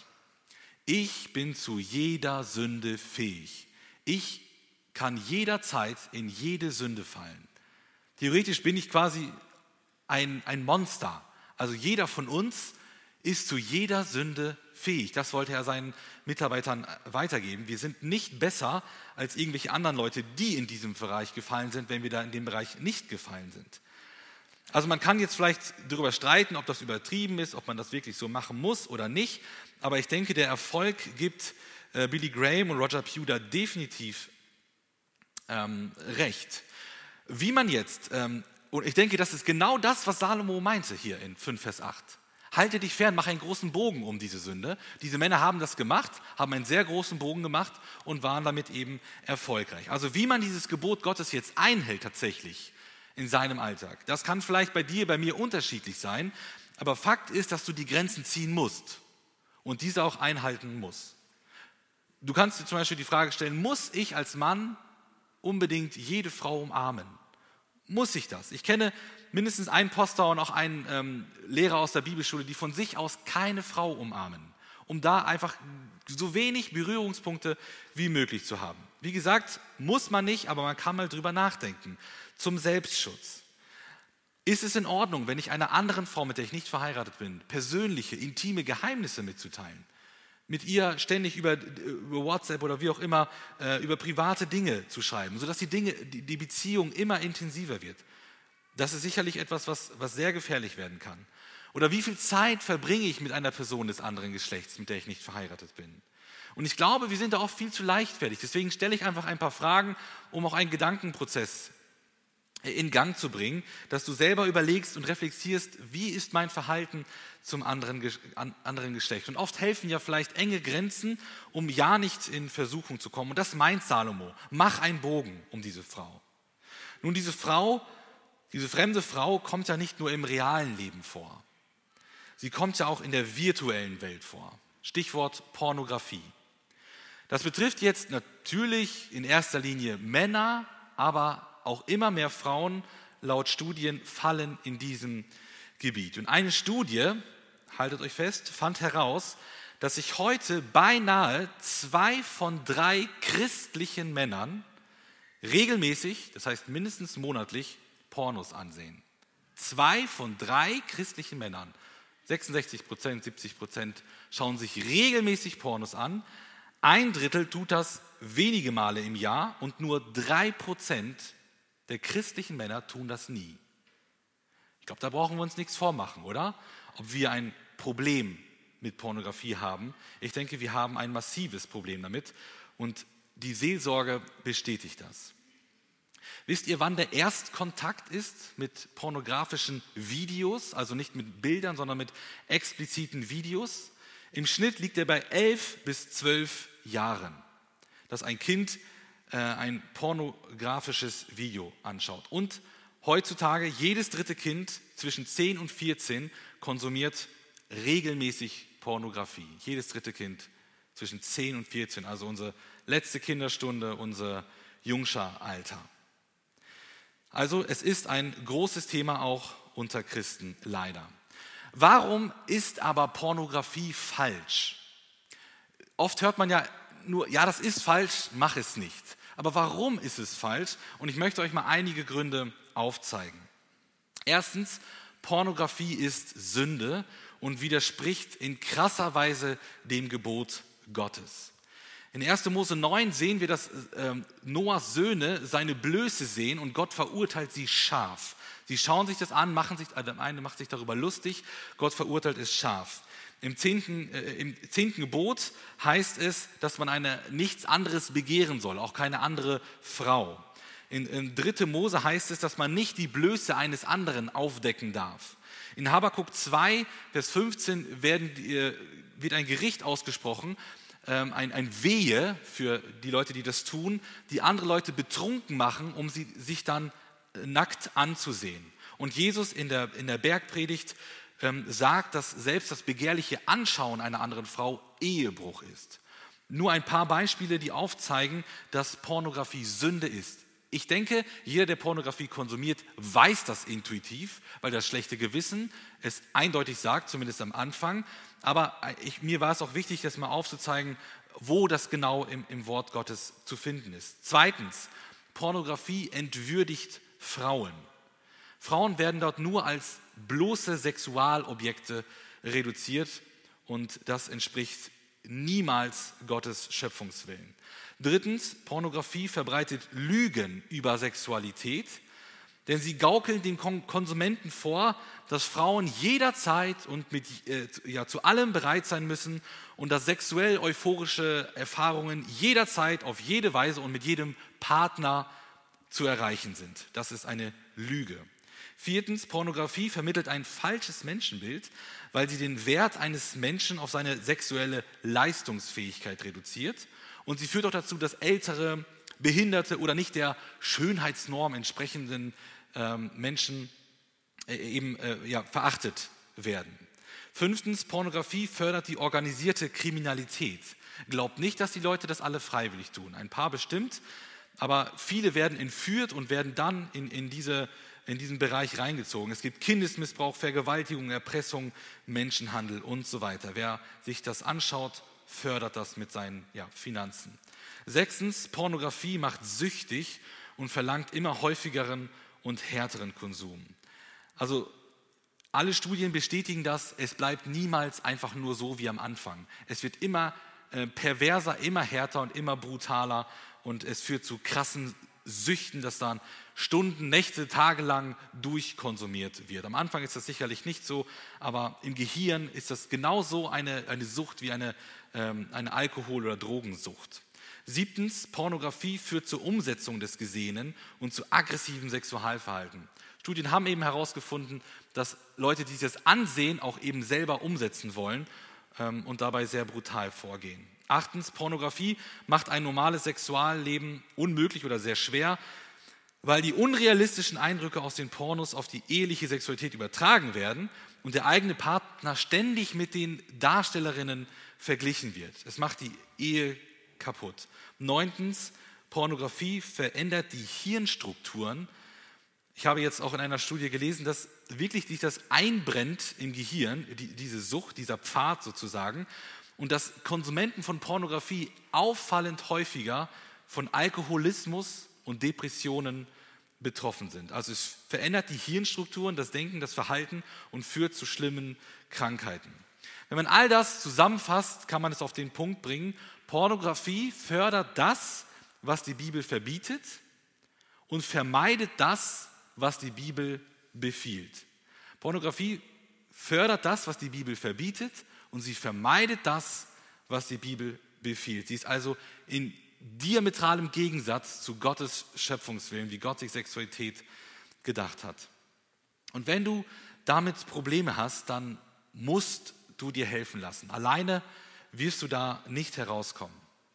Ich bin zu jeder Sünde fähig. Ich kann jederzeit in jede Sünde fallen. Theoretisch bin ich quasi ein, ein Monster. Also jeder von uns ist zu jeder Sünde fähig. Das wollte er seinen Mitarbeitern weitergeben. Wir sind nicht besser als irgendwelche anderen Leute, die in diesem Bereich gefallen sind, wenn wir da in dem Bereich nicht gefallen sind. Also man kann jetzt vielleicht darüber streiten, ob das übertrieben ist, ob man das wirklich so machen muss oder nicht. Aber ich denke, der Erfolg gibt äh, Billy Graham und Roger Pugh da definitiv ähm, recht. Wie man jetzt, ähm, und ich denke, das ist genau das, was Salomo meinte hier in fünf Vers acht. halte dich fern, mach einen großen Bogen um diese Sünde. Diese Männer haben das gemacht, haben einen sehr großen Bogen gemacht und waren damit eben erfolgreich. Also wie man dieses Gebot Gottes jetzt einhält tatsächlich in seinem Alltag, das kann vielleicht bei dir, bei mir unterschiedlich sein, aber Fakt ist, dass du die Grenzen ziehen musst und diese auch einhalten musst. Du kannst dir zum Beispiel die Frage stellen, muss ich als Mann unbedingt jede Frau umarmen? Muss ich das? Ich kenne mindestens einen Pastor und auch einen ähm, Lehrer aus der Bibelschule, die von sich aus keine Frau umarmen, um da einfach so wenig Berührungspunkte wie möglich zu haben. Wie gesagt, muss man nicht, aber man kann mal drüber nachdenken. Zum Selbstschutz. Ist es in Ordnung, wenn ich einer anderen Frau, mit der ich nicht verheiratet bin, persönliche, intime Geheimnisse mitzuteilen? Mit ihr ständig über, über WhatsApp oder wie auch immer äh, über private Dinge zu schreiben, sodass die, Dinge, die, die Beziehung immer intensiver wird. Das ist sicherlich etwas, was, was sehr gefährlich werden kann. Oder wie viel Zeit verbringe ich mit einer Person des anderen Geschlechts, mit der ich nicht verheiratet bin? Und ich glaube, wir sind da oft viel zu leichtfertig. Deswegen stelle ich einfach ein paar Fragen, um auch einen Gedankenprozess in Gang zu bringen, dass du selber überlegst und reflektierst, wie ist mein Verhalten zum anderen, anderen Geschlecht. Und oft helfen ja vielleicht enge Grenzen, um ja nicht in Versuchung zu kommen. Und das meint Salomo. Mach einen Bogen um diese Frau. Nun, diese Frau, diese fremde Frau kommt ja nicht nur im realen Leben vor. Sie kommt ja auch in der virtuellen Welt vor. Stichwort Pornografie. Das betrifft jetzt natürlich in erster Linie Männer, aber auch immer mehr Frauen, laut Studien, fallen in diesem Gebiet. Und eine Studie, haltet euch fest, fand heraus, dass sich heute beinahe zwei von drei christlichen Männern regelmäßig, das heißt mindestens monatlich, Pornos ansehen. Zwei von drei christlichen Männern, sechsundsechzig Prozent, siebzig Prozent, schauen sich regelmäßig Pornos an. Ein Drittel tut das wenige Male im Jahr und nur drei Prozent der christlichen Männer tun das nie. Ich glaube, da brauchen wir uns nichts vormachen, oder? Ob wir ein Problem mit Pornografie haben. Ich denke, wir haben ein massives Problem damit und die Seelsorge bestätigt das. Wisst ihr, wann der Erstkontakt ist mit pornografischen Videos, also nicht mit Bildern, sondern mit expliziten Videos? Im Schnitt liegt er bei elf bis zwölf Jahren, dass ein Kind ein pornografisches Video anschaut. Und heutzutage jedes dritte Kind zwischen zehn und vierzehn konsumiert regelmäßig Pornografie. Jedes dritte Kind zwischen zehn und vierzehn, also unsere letzte Kinderstunde, unser Jungschar-Alter. Also es ist ein großes Thema auch unter Christen, leider. Warum ist aber Pornografie falsch? Oft hört man ja nur, ja, das ist falsch, mach es nicht. Aber warum ist es falsch? Und ich möchte euch mal einige Gründe aufzeigen. Erstens, Pornografie ist Sünde und widerspricht in krasser Weise dem Gebot Gottes. In erster Mose neun sehen wir, dass äh, Noahs Söhne seine Blöße sehen und Gott verurteilt sie scharf. Sie schauen sich das an, machen sich, der eine macht sich darüber lustig, Gott verurteilt es scharf. Im zehnten, äh, im zehnten Gebot heißt es, dass man eine, nichts anderes begehren soll, auch keine andere Frau. In, in dritte Mose heißt es, dass man nicht die Blöße eines anderen aufdecken darf. In Habakuk zwei, Vers fünfzehn werden, äh, wird ein Gericht ausgesprochen, ähm, ein, ein Wehe für die Leute, die das tun, die andere Leute betrunken machen, um sie sich dann nackt anzusehen. Und Jesus in der, in der Bergpredigt ähm, sagt, dass selbst das begehrliche Anschauen einer anderen Frau Ehebruch ist. Nur ein paar Beispiele, die aufzeigen, dass Pornografie Sünde ist. Ich denke, jeder, der Pornografie konsumiert, weiß das intuitiv, weil das schlechte Gewissen es eindeutig sagt, zumindest am Anfang. Aber ich, mir war es auch wichtig, das mal aufzuzeigen, wo das genau im, im Wort Gottes zu finden ist. Zweitens, Pornografie entwürdigt Frauen. Frauen werden dort nur als bloße Sexualobjekte reduziert und das entspricht niemals Gottes Schöpfungswillen. Drittens, Pornografie verbreitet Lügen über Sexualität, denn sie gaukeln den Konsumenten vor, dass Frauen jederzeit und mit, äh, ja, zu allem bereit sein müssen und dass sexuell euphorische Erfahrungen jederzeit auf jede Weise und mit jedem Partner zu erreichen sind. Das ist eine Lüge. Viertens, Pornografie vermittelt ein falsches Menschenbild, weil sie den Wert eines Menschen auf seine sexuelle Leistungsfähigkeit reduziert. Und sie führt auch dazu, dass ältere, behinderte oder nicht der Schönheitsnorm entsprechenden ähm, Menschen äh, eben äh, ja, verachtet werden. Fünftens, Pornografie fördert die organisierte Kriminalität. Glaubt nicht, dass die Leute das alle freiwillig tun. Ein paar bestimmt, aber viele werden entführt und werden dann in, in, diese, in diesen Bereich reingezogen. Es gibt Kindesmissbrauch, Vergewaltigung, Erpressung, Menschenhandel und so weiter. Wer sich das anschaut, fördert das mit seinen ja, Finanzen. Sechstens, Pornografie macht süchtig und verlangt immer häufigeren und härteren Konsum. Also alle Studien bestätigen das, es bleibt niemals einfach nur so wie am Anfang. Es wird immer äh, perverser, immer härter und immer brutaler und es führt zu krassen Süchten, dass dann Stunden, Nächte, Tage lang durchkonsumiert wird. Am Anfang ist das sicherlich nicht so, aber im Gehirn ist das genauso eine, eine Sucht wie eine, ähm, eine Alkohol- oder Drogensucht. Siebtens, Pornografie führt zur Umsetzung des Gesehenen und zu aggressivem Sexualverhalten. Studien haben eben herausgefunden, dass Leute, die sich das ansehen, auch eben selber umsetzen wollen ähm, und dabei sehr brutal vorgehen. Achtens, Pornografie macht ein normales Sexualleben unmöglich oder sehr schwer, weil die unrealistischen Eindrücke aus den Pornos auf die eheliche Sexualität übertragen werden und der eigene Partner ständig mit den Darstellerinnen verglichen wird. Es macht die Ehe kaputt. Neuntens, Pornografie verändert die Hirnstrukturen. Ich habe jetzt auch in einer Studie gelesen, dass wirklich sich das einbrennt im Gehirn, die, diese Sucht, dieser Pfad sozusagen, und dass Konsumenten von Pornografie auffallend häufiger von Alkoholismus und Depressionen betroffen sind. Also es verändert die Hirnstrukturen, das Denken, das Verhalten und führt zu schlimmen Krankheiten. Wenn man all das zusammenfasst, kann man es auf den Punkt bringen: Pornografie fördert das, was die Bibel verbietet, und vermeidet das, was die Bibel befiehlt. Pornografie fördert das, was die Bibel verbietet, und sie vermeidet das, was die Bibel befiehlt. Sie ist also in diametralem Gegensatz zu Gottes Schöpfungswillen, wie Gott sich Sexualität gedacht hat. Und wenn du damit Probleme hast, dann musst du dir helfen lassen. Alleine wirst du da nicht herauskommen.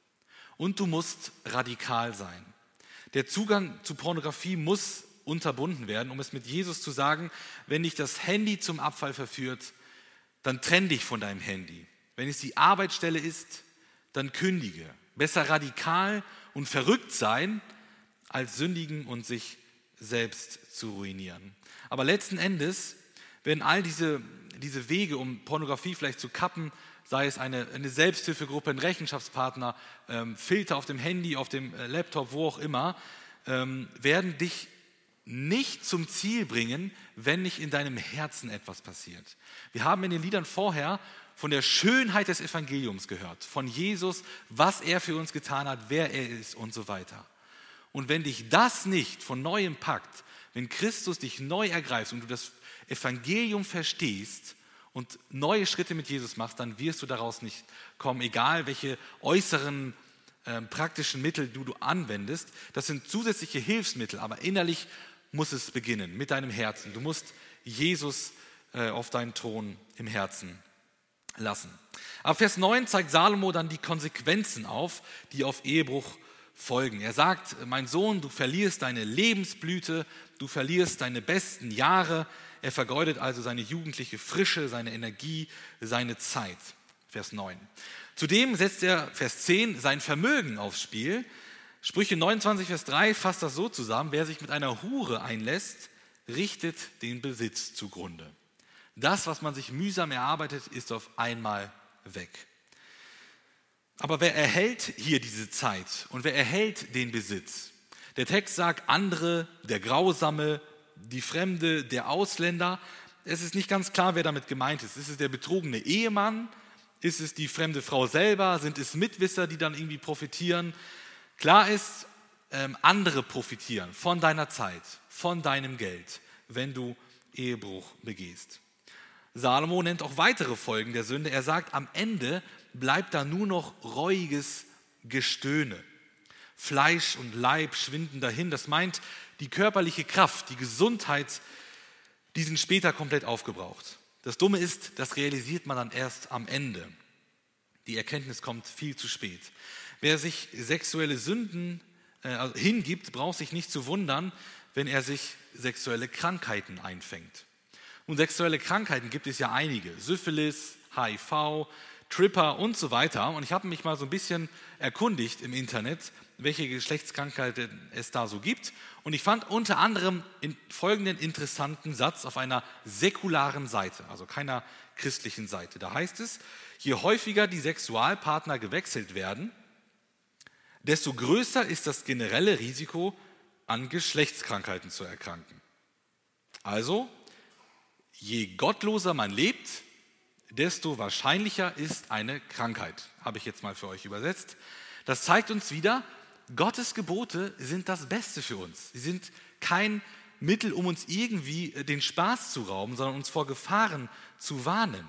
Und du musst radikal sein. Der Zugang zu Pornografie muss unterbunden werden, um es mit Jesus zu sagen: Wenn dich das Handy zum Abfall verführt, dann trenn dich von deinem Handy. Wenn es die Arbeitsstelle ist, dann kündige. Besser radikal und verrückt sein, als sündigen und sich selbst zu ruinieren. Aber letzten Endes werden all diese, diese Wege, um Pornografie vielleicht zu kappen, sei es eine, eine Selbsthilfegruppe, ein Rechenschaftspartner, ähm, Filter auf dem Handy, auf dem äh, Laptop, wo auch immer, ähm, werden dich nicht zum Ziel bringen, wenn nicht in deinem Herzen etwas passiert. Wir haben in den Liedern vorher von der Schönheit des Evangeliums gehört, von Jesus, was er für uns getan hat, wer er ist und so weiter. Und wenn dich das nicht von neuem packt, wenn Christus dich neu ergreift und du das Evangelium verstehst und neue Schritte mit Jesus machst, dann wirst du daraus nicht kommen, egal welche äußeren äh, praktischen Mittel du, du anwendest. Das sind zusätzliche Hilfsmittel, aber innerlich muss es beginnen mit deinem Herzen. Du musst Jesus äh, auf deinen Thron im Herzen lassen. Ab Vers neun zeigt Salomo dann die Konsequenzen auf, die auf Ehebruch folgen. Er sagt: Mein Sohn, du verlierst deine Lebensblüte, du verlierst deine besten Jahre. Er vergeudet also seine jugendliche Frische, seine Energie, seine Zeit. Vers neun. Zudem setzt er, Vers zehn, sein Vermögen aufs Spiel. Sprüche neunundzwanzig, Vers drei fasst das so zusammen: Wer sich mit einer Hure einlässt, richtet den Besitz zugrunde. Das, was man sich mühsam erarbeitet, ist auf einmal weg. Aber wer erhält hier diese Zeit und wer erhält den Besitz? Der Text sagt: andere, der Grausame, die Fremde, der Ausländer. Es ist nicht ganz klar, wer damit gemeint ist. Ist es der betrogene Ehemann? Ist es die fremde Frau selber? Sind es Mitwisser, die dann irgendwie profitieren? Klar ist, ähm, andere profitieren von deiner Zeit, von deinem Geld, wenn du Ehebruch begehst. Salomo nennt auch weitere Folgen der Sünde. Er sagt, am Ende bleibt da nur noch reuiges Gestöhne. Fleisch und Leib schwinden dahin. Das meint, die körperliche Kraft, die Gesundheit die sind später komplett aufgebraucht. Das Dumme ist, das realisiert man dann erst am Ende. Die Erkenntnis kommt viel zu spät. Wer sich sexuelle Sünden äh, also hingibt, braucht sich nicht zu wundern, wenn er sich sexuelle Krankheiten einfängt. Und sexuelle Krankheiten gibt es ja einige. Syphilis, H I V, Tripper und so weiter. Und ich habe mich mal so ein bisschen erkundigt im Internet, welche Geschlechtskrankheiten es da so gibt. Und ich fand unter anderem in folgenden interessanten Satz auf einer säkularen Seite, also keiner christlichen Seite. Da heißt es, je häufiger die Sexualpartner gewechselt werden, desto größer ist das generelle Risiko, an Geschlechtskrankheiten zu erkranken. Also, je gottloser man lebt, desto wahrscheinlicher ist eine Krankheit. Habe ich jetzt mal für euch übersetzt. Das zeigt uns wieder, Gottes Gebote sind das Beste für uns. Sie sind kein Mittel, um uns irgendwie den Spaß zu rauben, sondern uns vor Gefahren zu warnen.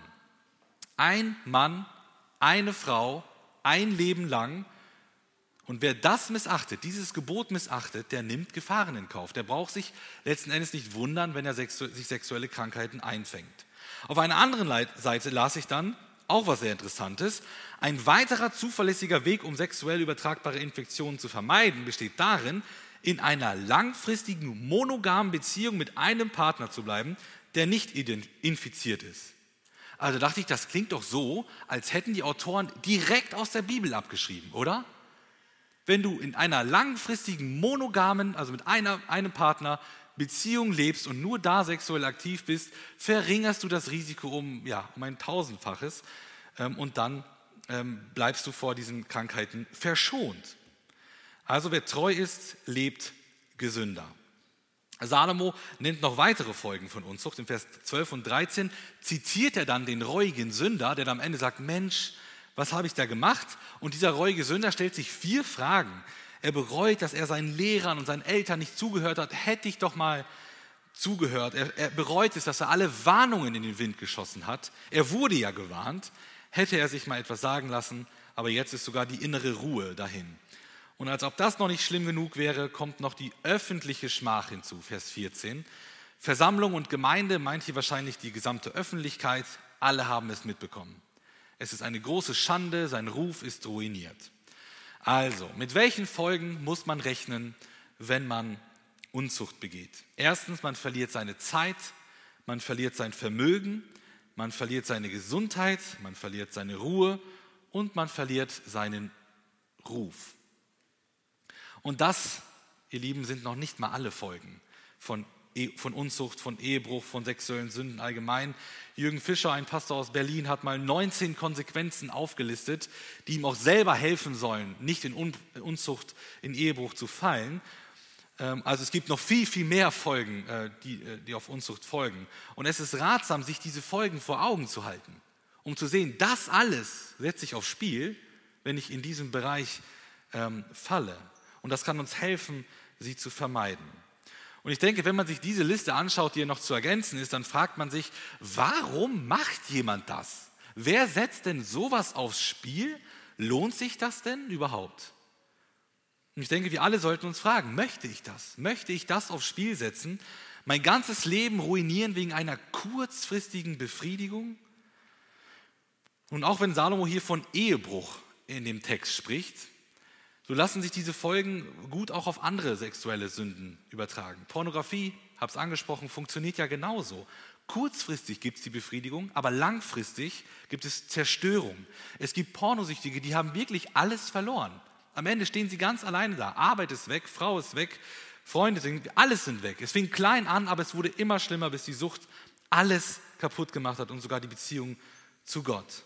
Ein Mann, eine Frau, ein Leben lang. Und wer das missachtet, dieses Gebot missachtet, der nimmt Gefahren in Kauf. Der braucht sich letzten Endes nicht wundern, wenn er sexu- sich sexuelle Krankheiten einfängt. Auf einer anderen Seite las ich dann auch was sehr Interessantes. Ein weiterer zuverlässiger Weg, um sexuell übertragbare Infektionen zu vermeiden, besteht darin, in einer langfristigen monogamen Beziehung mit einem Partner zu bleiben, der nicht infiziert ist. Also dachte ich, das klingt doch so, als hätten die Autoren direkt aus der Bibel abgeschrieben, oder? Wenn du in einer langfristigen monogamen, also mit einer, einem Partner, Beziehung lebst und nur da sexuell aktiv bist, verringerst du das Risiko um, ja, um ein Tausendfaches ähm, und dann ähm, bleibst du vor diesen Krankheiten verschont. Also wer treu ist, lebt gesünder. Salomo nennt noch weitere Folgen von Unzucht. In Vers zwölf und dreizehn zitiert er dann den reuigen Sünder, der dann am Ende sagt, Mensch, was habe ich da gemacht? Und dieser reuige Sünder stellt sich vier Fragen. Er bereut, dass er seinen Lehrern und seinen Eltern nicht zugehört hat. Hätte ich doch mal zugehört. Er, er bereut es, dass er alle Warnungen in den Wind geschossen hat. Er wurde ja gewarnt. Hätte er sich mal etwas sagen lassen, aber jetzt ist sogar die innere Ruhe dahin. Und als ob das noch nicht schlimm genug wäre, kommt noch die öffentliche Schmach hinzu, Vers vierzehn. Versammlung und Gemeinde meint hier wahrscheinlich die gesamte Öffentlichkeit. Alle haben es mitbekommen. Es ist eine große Schande, sein Ruf ist ruiniert. Also, mit welchen Folgen muss man rechnen, wenn man Unzucht begeht? Erstens, man verliert seine Zeit, man verliert sein Vermögen, man verliert seine Gesundheit, man verliert seine Ruhe und man verliert seinen Ruf. Und das, ihr Lieben, sind noch nicht mal alle Folgen von von Unzucht, von Ehebruch, von sexuellen Sünden allgemein. Jürgen Fischer, ein Pastor aus Berlin, hat mal neunzehn Konsequenzen aufgelistet, die ihm auch selber helfen sollen, nicht in Unzucht, in Ehebruch zu fallen. Also es gibt noch viel, viel mehr Folgen, die, die auf Unzucht folgen. Und es ist ratsam, sich diese Folgen vor Augen zu halten, um zu sehen, das alles setzt sich aufs Spiel, wenn ich in diesem Bereich ähm, falle. Und das kann uns helfen, sie zu vermeiden. Und ich denke, wenn man sich diese Liste anschaut, die ja noch zu ergänzen ist, dann fragt man sich, warum macht jemand das? Wer setzt denn sowas aufs Spiel? Lohnt sich das denn überhaupt? Und ich denke, wir alle sollten uns fragen, möchte ich das? Möchte ich das aufs Spiel setzen? Mein ganzes Leben ruinieren wegen einer kurzfristigen Befriedigung? Und auch wenn Salomo hier von Ehebruch in dem Text spricht, so lassen sich diese Folgen gut auch auf andere sexuelle Sünden übertragen. Pornografie, habe es angesprochen, funktioniert ja genauso. Kurzfristig gibt es die Befriedigung, aber langfristig gibt es Zerstörung. Es gibt Pornosüchtige, die haben wirklich alles verloren. Am Ende stehen sie ganz alleine da. Arbeit ist weg, Frau ist weg, Freunde sind, alles sind weg. Es fing klein an, aber es wurde immer schlimmer, bis die Sucht alles kaputt gemacht hat und sogar die Beziehung zu Gott.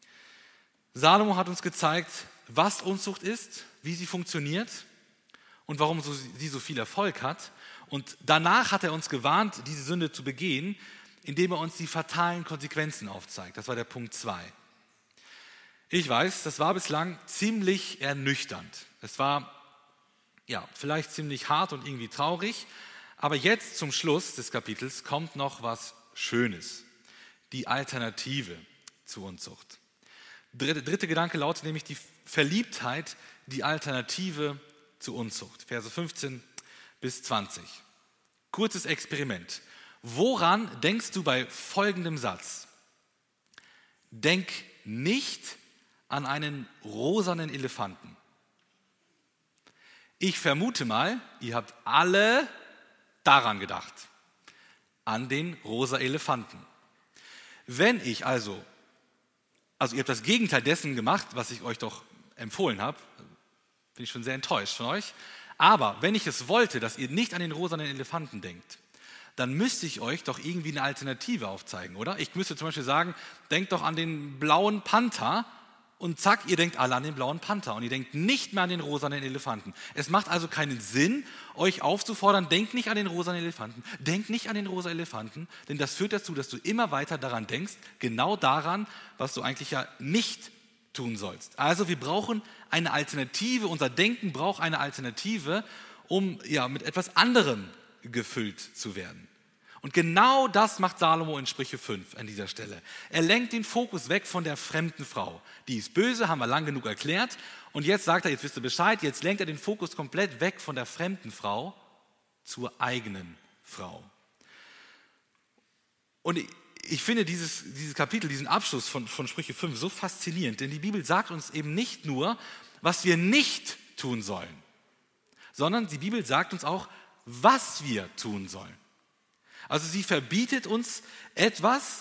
Salomo hat uns gezeigt, was Unzucht ist, wie sie funktioniert und warum sie so viel Erfolg hat. Und danach hat er uns gewarnt, diese Sünde zu begehen, indem er uns die fatalen Konsequenzen aufzeigt. Das war der Punkt zwei. Ich weiß, das war bislang ziemlich ernüchternd. Es war ja vielleicht ziemlich hart und irgendwie traurig, aber jetzt zum Schluss des Kapitels kommt noch was Schönes. Die Alternative zur Unzucht. Der dritte Gedanke lautet nämlich die Verliebtheit, die Alternative zur Unzucht. Verse fünfzehn bis zwanzig. Kurzes Experiment. Woran denkst du bei folgendem Satz? Denk nicht an einen rosanen Elefanten. Ich vermute mal, ihr habt alle daran gedacht, an den rosa Elefanten. Wenn ich also, also ihr habt das Gegenteil dessen gemacht, was ich euch doch empfohlen habe, bin ich schon sehr enttäuscht von euch, aber wenn ich es wollte, dass ihr nicht an den rosanen Elefanten denkt, dann müsste ich euch doch irgendwie eine Alternative aufzeigen, oder? Ich müsste zum Beispiel sagen, denkt doch an den blauen Panther und zack, ihr denkt alle an den blauen Panther und ihr denkt nicht mehr an den rosanen Elefanten. Es macht also keinen Sinn, euch aufzufordern, denkt nicht an den rosanen Elefanten, denkt nicht an den rosa Elefanten, denn das führt dazu, dass du immer weiter daran denkst, genau daran, was du eigentlich ja nicht tun sollst. Also wir brauchen eine Alternative, unser Denken braucht eine Alternative, um ja, mit etwas anderem gefüllt zu werden. Und genau das macht Salomo in Sprüche fünf an dieser Stelle. Er lenkt den Fokus weg von der fremden Frau. Die ist böse, haben wir lang genug erklärt. Und jetzt sagt er, jetzt wisst ihr Bescheid, jetzt lenkt er den Fokus komplett weg von der fremden Frau zur eigenen Frau. Und ich, ich finde dieses, dieses Kapitel, diesen Abschluss von, von Sprüche fünf so faszinierend, denn die Bibel sagt uns eben nicht nur, was wir nicht tun sollen, sondern die Bibel sagt uns auch, was wir tun sollen. Also sie verbietet uns etwas,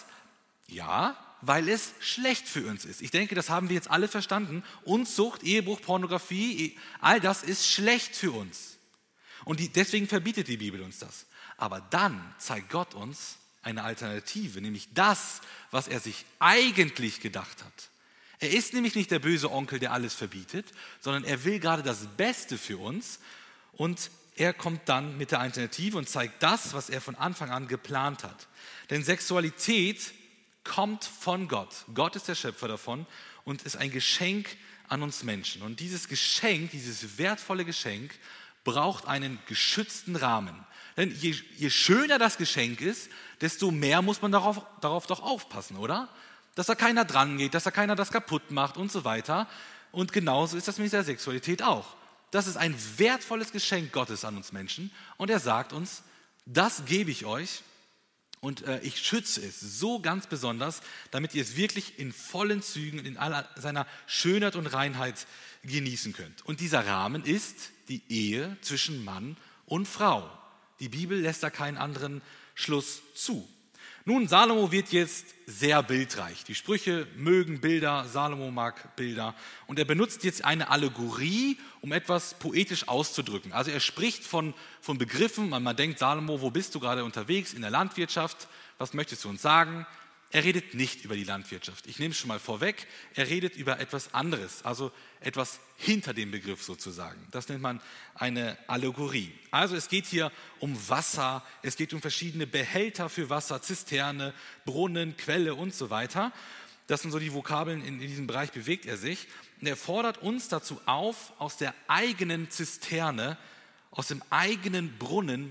ja, weil es schlecht für uns ist. Ich denke, das haben wir jetzt alle verstanden. Unzucht, Ehebruch, Pornografie, all das ist schlecht für uns. Und die, deswegen verbietet die Bibel uns das. Aber dann zeigt Gott uns eine Alternative, nämlich das, was er sich eigentlich gedacht hat. Er ist nämlich nicht der böse Onkel, der alles verbietet, sondern er will gerade das Beste für uns und er kommt dann mit der Alternative und zeigt das, was er von Anfang an geplant hat. Denn Sexualität kommt von Gott. Gott ist der Schöpfer davon und ist ein Geschenk an uns Menschen. Und dieses Geschenk, dieses wertvolle Geschenk, braucht einen geschützten Rahmen. Denn je, je schöner das Geschenk ist, desto mehr muss man darauf, darauf doch aufpassen, oder? Dass da keiner dran geht, dass da keiner das kaputt macht und so weiter. Und genauso ist das mit der Sexualität auch. Das ist ein wertvolles Geschenk Gottes an uns Menschen und er sagt uns, das gebe ich euch und äh, ich schütze es so ganz besonders, damit ihr es wirklich in vollen Zügen, in aller seiner Schönheit und Reinheit genießen könnt. Und dieser Rahmen ist die Ehe zwischen Mann und Frau. Die Bibel lässt da keinen anderen Schluss zu. Nun, Salomo wird jetzt sehr bildreich. Die Sprüche mögen Bilder, Salomo mag Bilder. Und er benutzt jetzt eine Allegorie, um etwas poetisch auszudrücken. Also er spricht von, von Begriffen, man, man denkt, Salomo, wo bist du gerade unterwegs? In der Landwirtschaft. Was möchtest du uns sagen? Er redet nicht über die Landwirtschaft. Ich nehme es schon mal vorweg. Er redet über etwas anderes, also etwas hinter dem Begriff sozusagen. Das nennt man eine Allegorie. Also es geht hier um Wasser, es geht um verschiedene Behälter für Wasser, Zisterne, Brunnen, Quelle und so weiter. Das sind so die Vokabeln, in, in diesem Bereich bewegt er sich. Und er fordert uns dazu auf, aus der eigenen Zisterne, aus dem eigenen Brunnen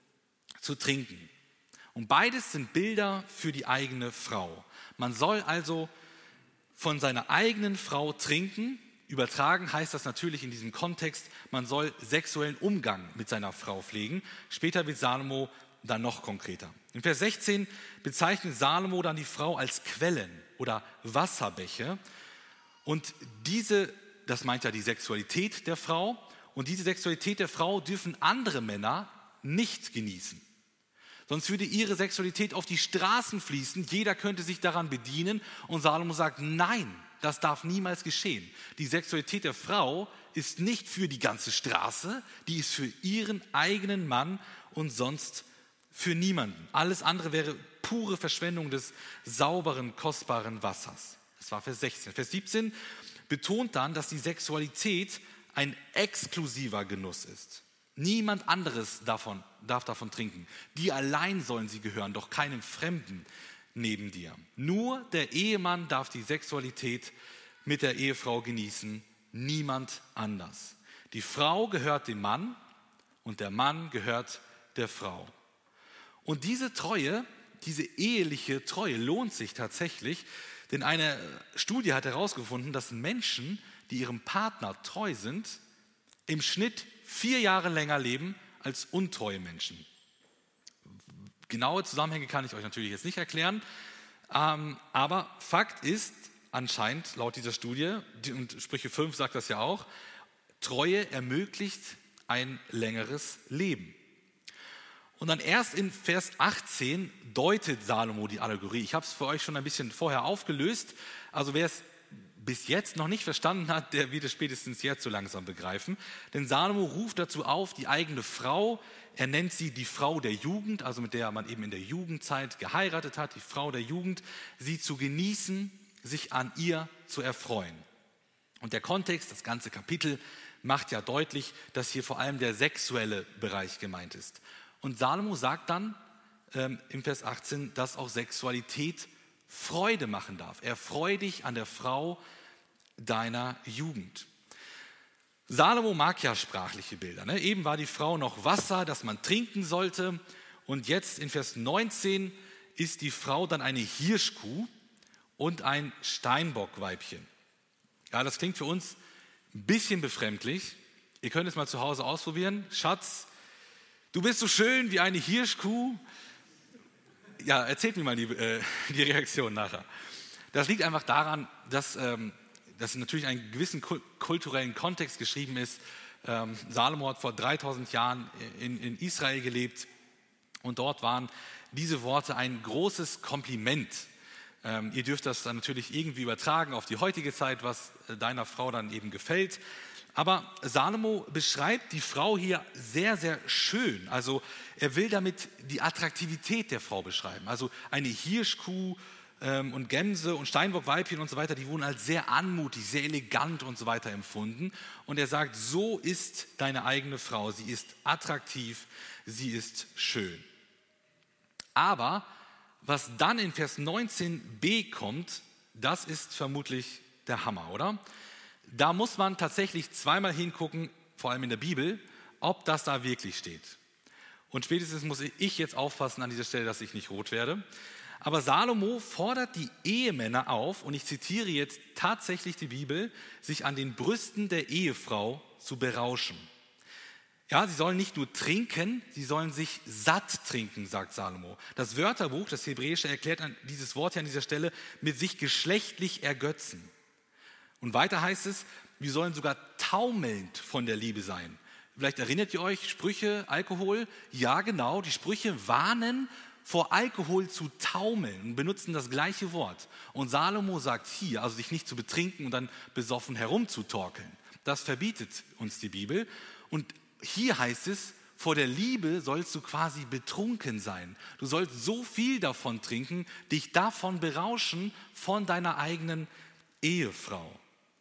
zu trinken. Und beides sind Bilder für die eigene Frau. Man soll also von seiner eigenen Frau trinken. Übertragen heißt das natürlich in diesem Kontext, man soll sexuellen Umgang mit seiner Frau pflegen. Später wird Salomo dann noch konkreter. In Vers sechzehn bezeichnet Salomo dann die Frau als Quellen oder Wasserbäche. Und diese, das meint ja die Sexualität der Frau, und diese Sexualität der Frau dürfen andere Männer nicht genießen. Sonst würde ihre Sexualität auf die Straßen fließen, jeder könnte sich daran bedienen und Salomo sagt, nein, das darf niemals geschehen. Die Sexualität der Frau ist nicht für die ganze Straße, die ist für ihren eigenen Mann und sonst für niemanden. Alles andere wäre pure Verschwendung des sauberen, kostbaren Wassers. Das war Vers sechzehn. Vers siebzehn betont dann, dass die Sexualität ein exklusiver Genuss ist. Niemand anderes davon, darf davon trinken. Dir allein sollen sie gehören, doch keinem Fremden neben dir. Nur der Ehemann darf die Sexualität mit der Ehefrau genießen, niemand anders. Die Frau gehört dem Mann und der Mann gehört der Frau. Und diese Treue, diese eheliche Treue lohnt sich tatsächlich, denn eine Studie hat herausgefunden, dass Menschen, die ihrem Partner treu sind, im Schnitt vier Jahre länger leben als untreue Menschen. Genaue Zusammenhänge kann ich euch natürlich jetzt nicht erklären, ähm, aber Fakt ist anscheinend laut dieser Studie, die, und Sprüche fünf sagt das ja auch, Treue ermöglicht ein längeres Leben. Und dann erst in Vers achtzehn deutet Salomo die Allegorie. Ich habe es für euch schon ein bisschen vorher aufgelöst. Also wer es bis jetzt noch nicht verstanden hat, der wird es spätestens jetzt so langsam begreifen. Denn Salomo ruft dazu auf, die eigene Frau, er nennt sie die Frau der Jugend, also mit der man eben in der Jugendzeit geheiratet hat, die Frau der Jugend, sie zu genießen, sich an ihr zu erfreuen. Und der Kontext, das ganze Kapitel, macht ja deutlich, dass hier vor allem der sexuelle Bereich gemeint ist. Und Salomo sagt dann ähm, im Vers achtzehn, dass auch Sexualität Freude machen darf. Erfreu dich an der Frau deiner Jugend. Salomo mag ja sprachliche Bilder. Ne? Eben war die Frau noch Wasser, das man trinken sollte. Und jetzt in Vers neunzehn ist die Frau dann eine Hirschkuh und ein Steinbockweibchen. Ja, das klingt für uns ein bisschen befremdlich. Ihr könnt es mal zu Hause ausprobieren. Schatz, du bist so schön wie eine Hirschkuh. Ja, erzählt mir mal die, äh, die Reaktion nachher. Das liegt einfach daran, dass ähm, das natürlich einen gewissen kulturellen Kontext geschrieben ist. Ähm, Salomo hat vor dreitausend Jahren in, in Israel gelebt und dort waren diese Worte ein großes Kompliment. Ähm, ihr dürft das dann natürlich irgendwie übertragen auf die heutige Zeit, was deiner Frau dann eben gefällt. Aber Salomo beschreibt die Frau hier sehr, sehr schön. Also er will damit die Attraktivität der Frau beschreiben. Also eine Hirschkuh ähm, und Gämse und Steinbockweibchen und so weiter, die wurden als sehr anmutig, sehr elegant und so weiter empfunden. Und er sagt, so ist deine eigene Frau. Sie ist attraktiv, sie ist schön. Aber was dann in Vers neunzehn b kommt, das ist vermutlich der Hammer, oder? Da muss man tatsächlich zweimal hingucken, vor allem in der Bibel, ob das da wirklich steht. Und spätestens muss ich jetzt aufpassen an dieser Stelle, dass ich nicht rot werde. Aber Salomo fordert die Ehemänner auf, und ich zitiere jetzt tatsächlich die Bibel, sich an den Brüsten der Ehefrau zu berauschen. Ja, sie sollen nicht nur trinken, sie sollen sich satt trinken, sagt Salomo. Das Wörterbuch, das Hebräische, erklärt dieses Wort hier an dieser Stelle mit sich geschlechtlich ergötzen. Und weiter heißt es, wir sollen sogar taumelnd von der Liebe sein. Vielleicht erinnert ihr euch, Sprüche, Alkohol? Ja, genau, die Sprüche warnen vor Alkohol zu taumeln und benutzen das gleiche Wort. Und Salomo sagt hier, also sich nicht zu betrinken und dann besoffen herumzutorkeln. Das verbietet uns die Bibel. Und hier heißt es, vor der Liebe sollst du quasi betrunken sein. Du sollst so viel davon trinken, dich davon berauschen von deiner eigenen Ehefrau.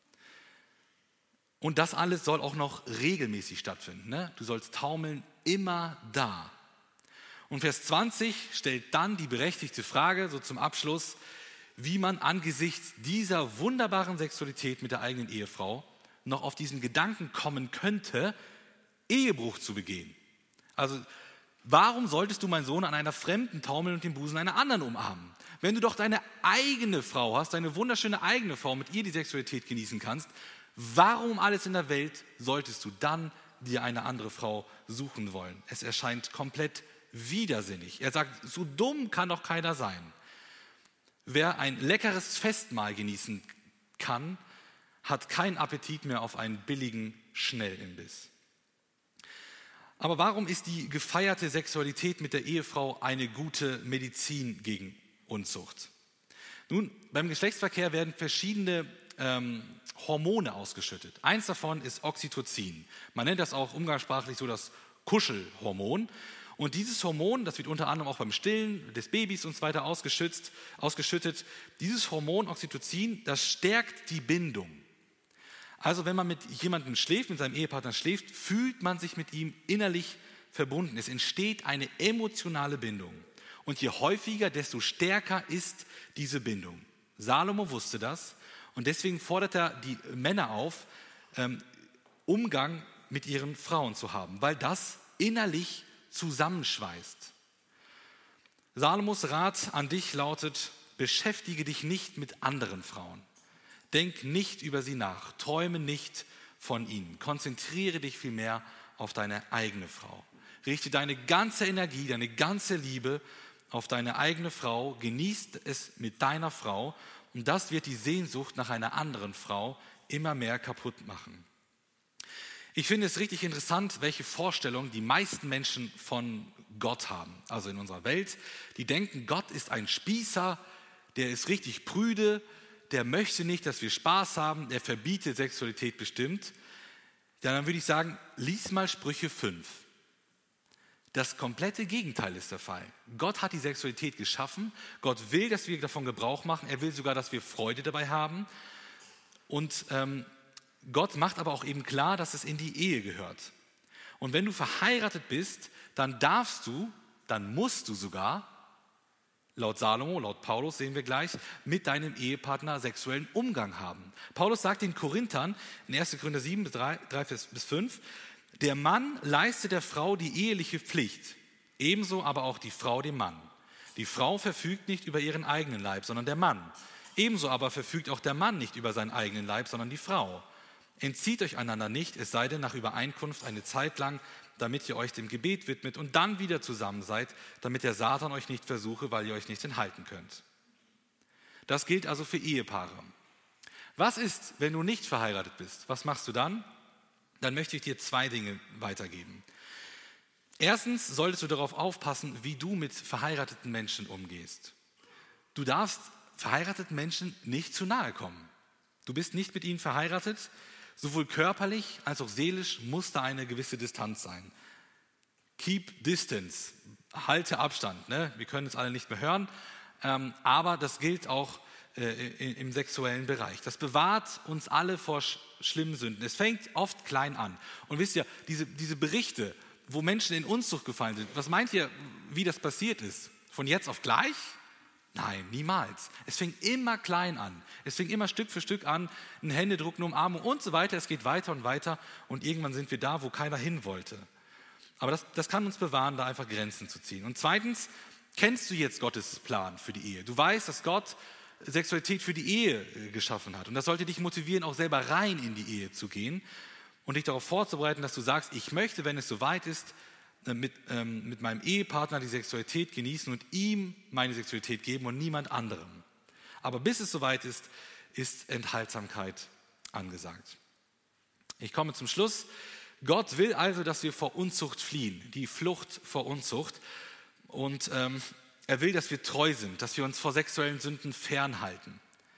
Und das alles soll auch noch regelmäßig stattfinden. Ne? Du sollst taumeln immer da. Und Vers zwanzig stellt dann die berechtigte Frage, so zum Abschluss, wie man angesichts dieser wunderbaren Sexualität mit der eigenen Ehefrau noch auf diesen Gedanken kommen könnte, Ehebruch zu begehen. Also, warum solltest du, mein Sohn, an einer Fremden taumeln und den Busen einer anderen umarmen? Wenn du doch deine eigene Frau hast, deine wunderschöne eigene Frau, mit ihr die Sexualität genießen kannst, warum alles in der Welt solltest du dann dir eine andere Frau suchen wollen? Es erscheint komplett widersinnig. Er sagt, so dumm kann doch keiner sein. Wer ein leckeres Festmahl genießen kann, hat keinen Appetit mehr auf einen billigen Schnellimbiss. Aber warum ist die gefeierte Sexualität mit der Ehefrau eine gute Medizin gegen Unzucht? Nun, beim Geschlechtsverkehr werden verschiedene ähm, Hormone ausgeschüttet. Eins davon ist Oxytocin. Man nennt das auch umgangssprachlich so das Kuschelhormon. Und dieses Hormon, das wird unter anderem auch beim Stillen des Babys und so weiter ausgeschützt, ausgeschüttet. Dieses Hormon Oxytocin, das stärkt die Bindung. Also wenn man mit jemandem schläft, mit seinem Ehepartner schläft, fühlt man sich mit ihm innerlich verbunden. Es entsteht eine emotionale Bindung. Und je häufiger, desto stärker ist diese Bindung. Salomo wusste das und deswegen fordert er die Männer auf, ähm, Umgang mit ihren Frauen zu haben, weil das innerlich zusammenschweißt. Salomos Rat an dich lautet, beschäftige dich nicht mit anderen Frauen. Denk nicht über sie nach, träume nicht von ihnen. Konzentriere dich vielmehr auf deine eigene Frau. richte deine ganze Energie, deine ganze Liebe auf deine eigene Frau, genießt es mit deiner Frau und das wird die Sehnsucht nach einer anderen Frau immer mehr kaputt machen. Ich finde es richtig interessant, welche Vorstellung die meisten Menschen von Gott haben, also in unserer Welt. Die denken, Gott ist ein Spießer, der ist richtig prüde, der möchte nicht, dass wir Spaß haben, der verbietet Sexualität bestimmt. Ja, dann würde ich sagen, lies mal Sprüche fünf. Das komplette Gegenteil ist der Fall. Gott hat die Sexualität geschaffen, Gott will, dass wir davon Gebrauch machen, er will sogar, dass wir Freude dabei haben und ähm, Gott macht aber auch eben klar, dass es in die Ehe gehört. Und wenn du verheiratet bist, dann darfst du, dann musst du sogar, laut Salomo, laut Paulus sehen wir gleich, mit deinem Ehepartner sexuellen Umgang haben. Paulus sagt den Korinthern in erster Korinther sieben, drei bis fünf, der Mann leistet der Frau die eheliche Pflicht, ebenso aber auch die Frau dem Mann. Die Frau verfügt nicht über ihren eigenen Leib, sondern der Mann. Ebenso aber verfügt auch der Mann nicht über seinen eigenen Leib, sondern die Frau. Entzieht euch einander nicht, es sei denn nach Übereinkunft eine Zeit lang, damit ihr euch dem Gebet widmet und dann wieder zusammen seid, damit der Satan euch nicht versuche, weil ihr euch nicht enthalten könnt. Das gilt also für Ehepaare. Was ist, wenn du nicht verheiratet bist? Was machst du dann? Dann möchte ich dir zwei Dinge weitergeben. Erstens solltest du darauf aufpassen, wie du mit verheirateten Menschen umgehst. Du darfst verheirateten Menschen nicht zu nahe kommen. Du bist nicht mit ihnen verheiratet. Sowohl körperlich als auch seelisch muss da eine gewisse Distanz sein. Keep distance, halte Abstand. Ne? Wir können es alle nicht mehr hören, ähm, aber das gilt auch äh, im sexuellen Bereich. Das bewahrt uns alle vor sch- schlimmen Sünden. Es fängt oft klein an. Und wisst ihr, diese, diese Berichte, wo Menschen in Unzucht gefallen sind, was meint ihr, wie das passiert ist? Von jetzt auf gleich? Nein, niemals. Es fing immer klein an. Es fing immer Stück für Stück an, ein Händedruck, eine Umarmung und so weiter. Es geht weiter und weiter und irgendwann sind wir da, wo keiner hin wollte. Aber das, das kann uns bewahren, da einfach Grenzen zu ziehen. Und zweitens, kennst du jetzt Gottes Plan für die Ehe? Du weißt, dass Gott Sexualität für die Ehe geschaffen hat. Und das sollte dich motivieren, auch selber rein in die Ehe zu gehen und dich darauf vorzubereiten, dass du sagst, ich möchte, wenn es soweit ist, Mit, ähm, mit meinem Ehepartner die Sexualität genießen und ihm meine Sexualität geben und niemand anderem. Aber bis es soweit ist, ist Enthaltsamkeit angesagt. Ich komme zum Schluss. Gott will also, dass wir vor Unzucht fliehen, die Flucht vor Unzucht. Und ähm, er will, dass wir treu sind, dass wir uns vor sexuellen Sünden fernhalten.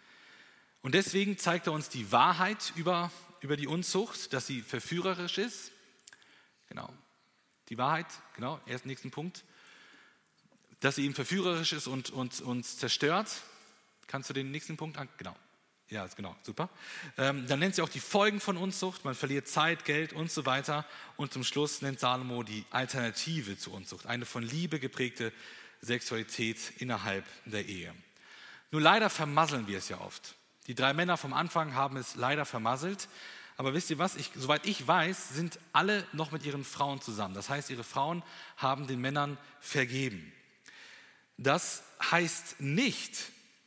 Und deswegen zeigt er uns die Wahrheit über, über die Unzucht, dass sie verführerisch ist. Genau. Die Wahrheit, genau, erst nächsten Punkt, dass sie eben verführerisch ist und uns und, und zerstört. Kannst du den nächsten Punkt an? Genau, ja, genau, super. Ähm, dann nennt sie auch die Folgen von Unzucht, man verliert Zeit, Geld und so weiter. Und zum Schluss nennt Salomo die Alternative zur Unzucht, eine von Liebe geprägte Sexualität innerhalb der Ehe. Nur leider vermasseln wir es ja oft. Die drei Männer vom Anfang haben es leider vermasselt. Aber wisst ihr was, ich, soweit ich weiß, sind alle noch mit ihren Frauen zusammen. Das heißt, ihre Frauen haben den Männern vergeben. Das heißt nicht,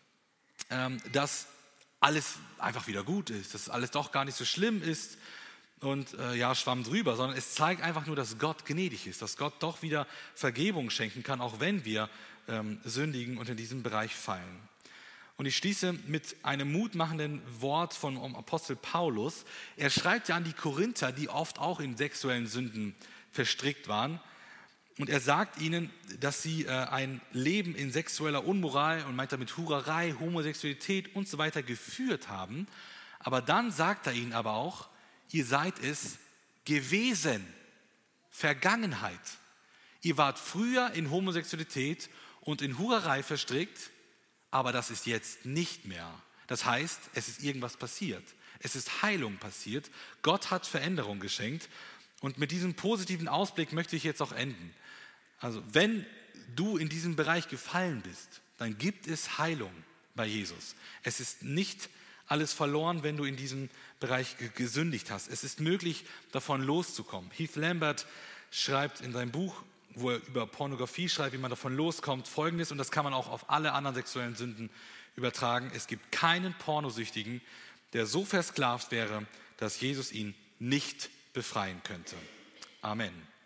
ähm, dass alles einfach wieder gut ist, dass alles doch gar nicht so schlimm ist und äh, ja, schwamm drüber, sondern es zeigt einfach nur, dass Gott gnädig ist, dass Gott doch wieder Vergebung schenken kann, auch wenn wir ähm, sündigen und in diesem Bereich fallen. Und ich schließe mit einem mutmachenden Wort von Apostel Paulus. Er schreibt ja an die Korinther, die oft auch in sexuellen Sünden verstrickt waren. Und er sagt ihnen, dass sie äh, ein Leben in sexueller Unmoral und meint damit Hurerei, Homosexualität und so weiter geführt haben. Aber dann sagt er ihnen aber auch, ihr seid es gewesen, Vergangenheit. Ihr wart früher in Homosexualität und in Hurerei verstrickt, aber das ist jetzt nicht mehr. Das heißt, es ist irgendwas passiert. Es ist Heilung passiert. Gott hat Veränderung geschenkt. Und mit diesem positiven Ausblick möchte ich jetzt auch enden. Also wenn du in diesem Bereich gefallen bist, dann gibt es Heilung bei Jesus. Es ist nicht alles verloren, wenn du in diesem Bereich gesündigt hast. Es ist möglich, davon loszukommen. Heath Lambert schreibt in seinem Buch, wo er über Pornografie schreibt, wie man davon loskommt, Folgendes, und das kann man auch auf alle anderen sexuellen Sünden übertragen. Es gibt keinen Pornosüchtigen, der so versklavt wäre, dass Jesus ihn nicht befreien könnte. Amen.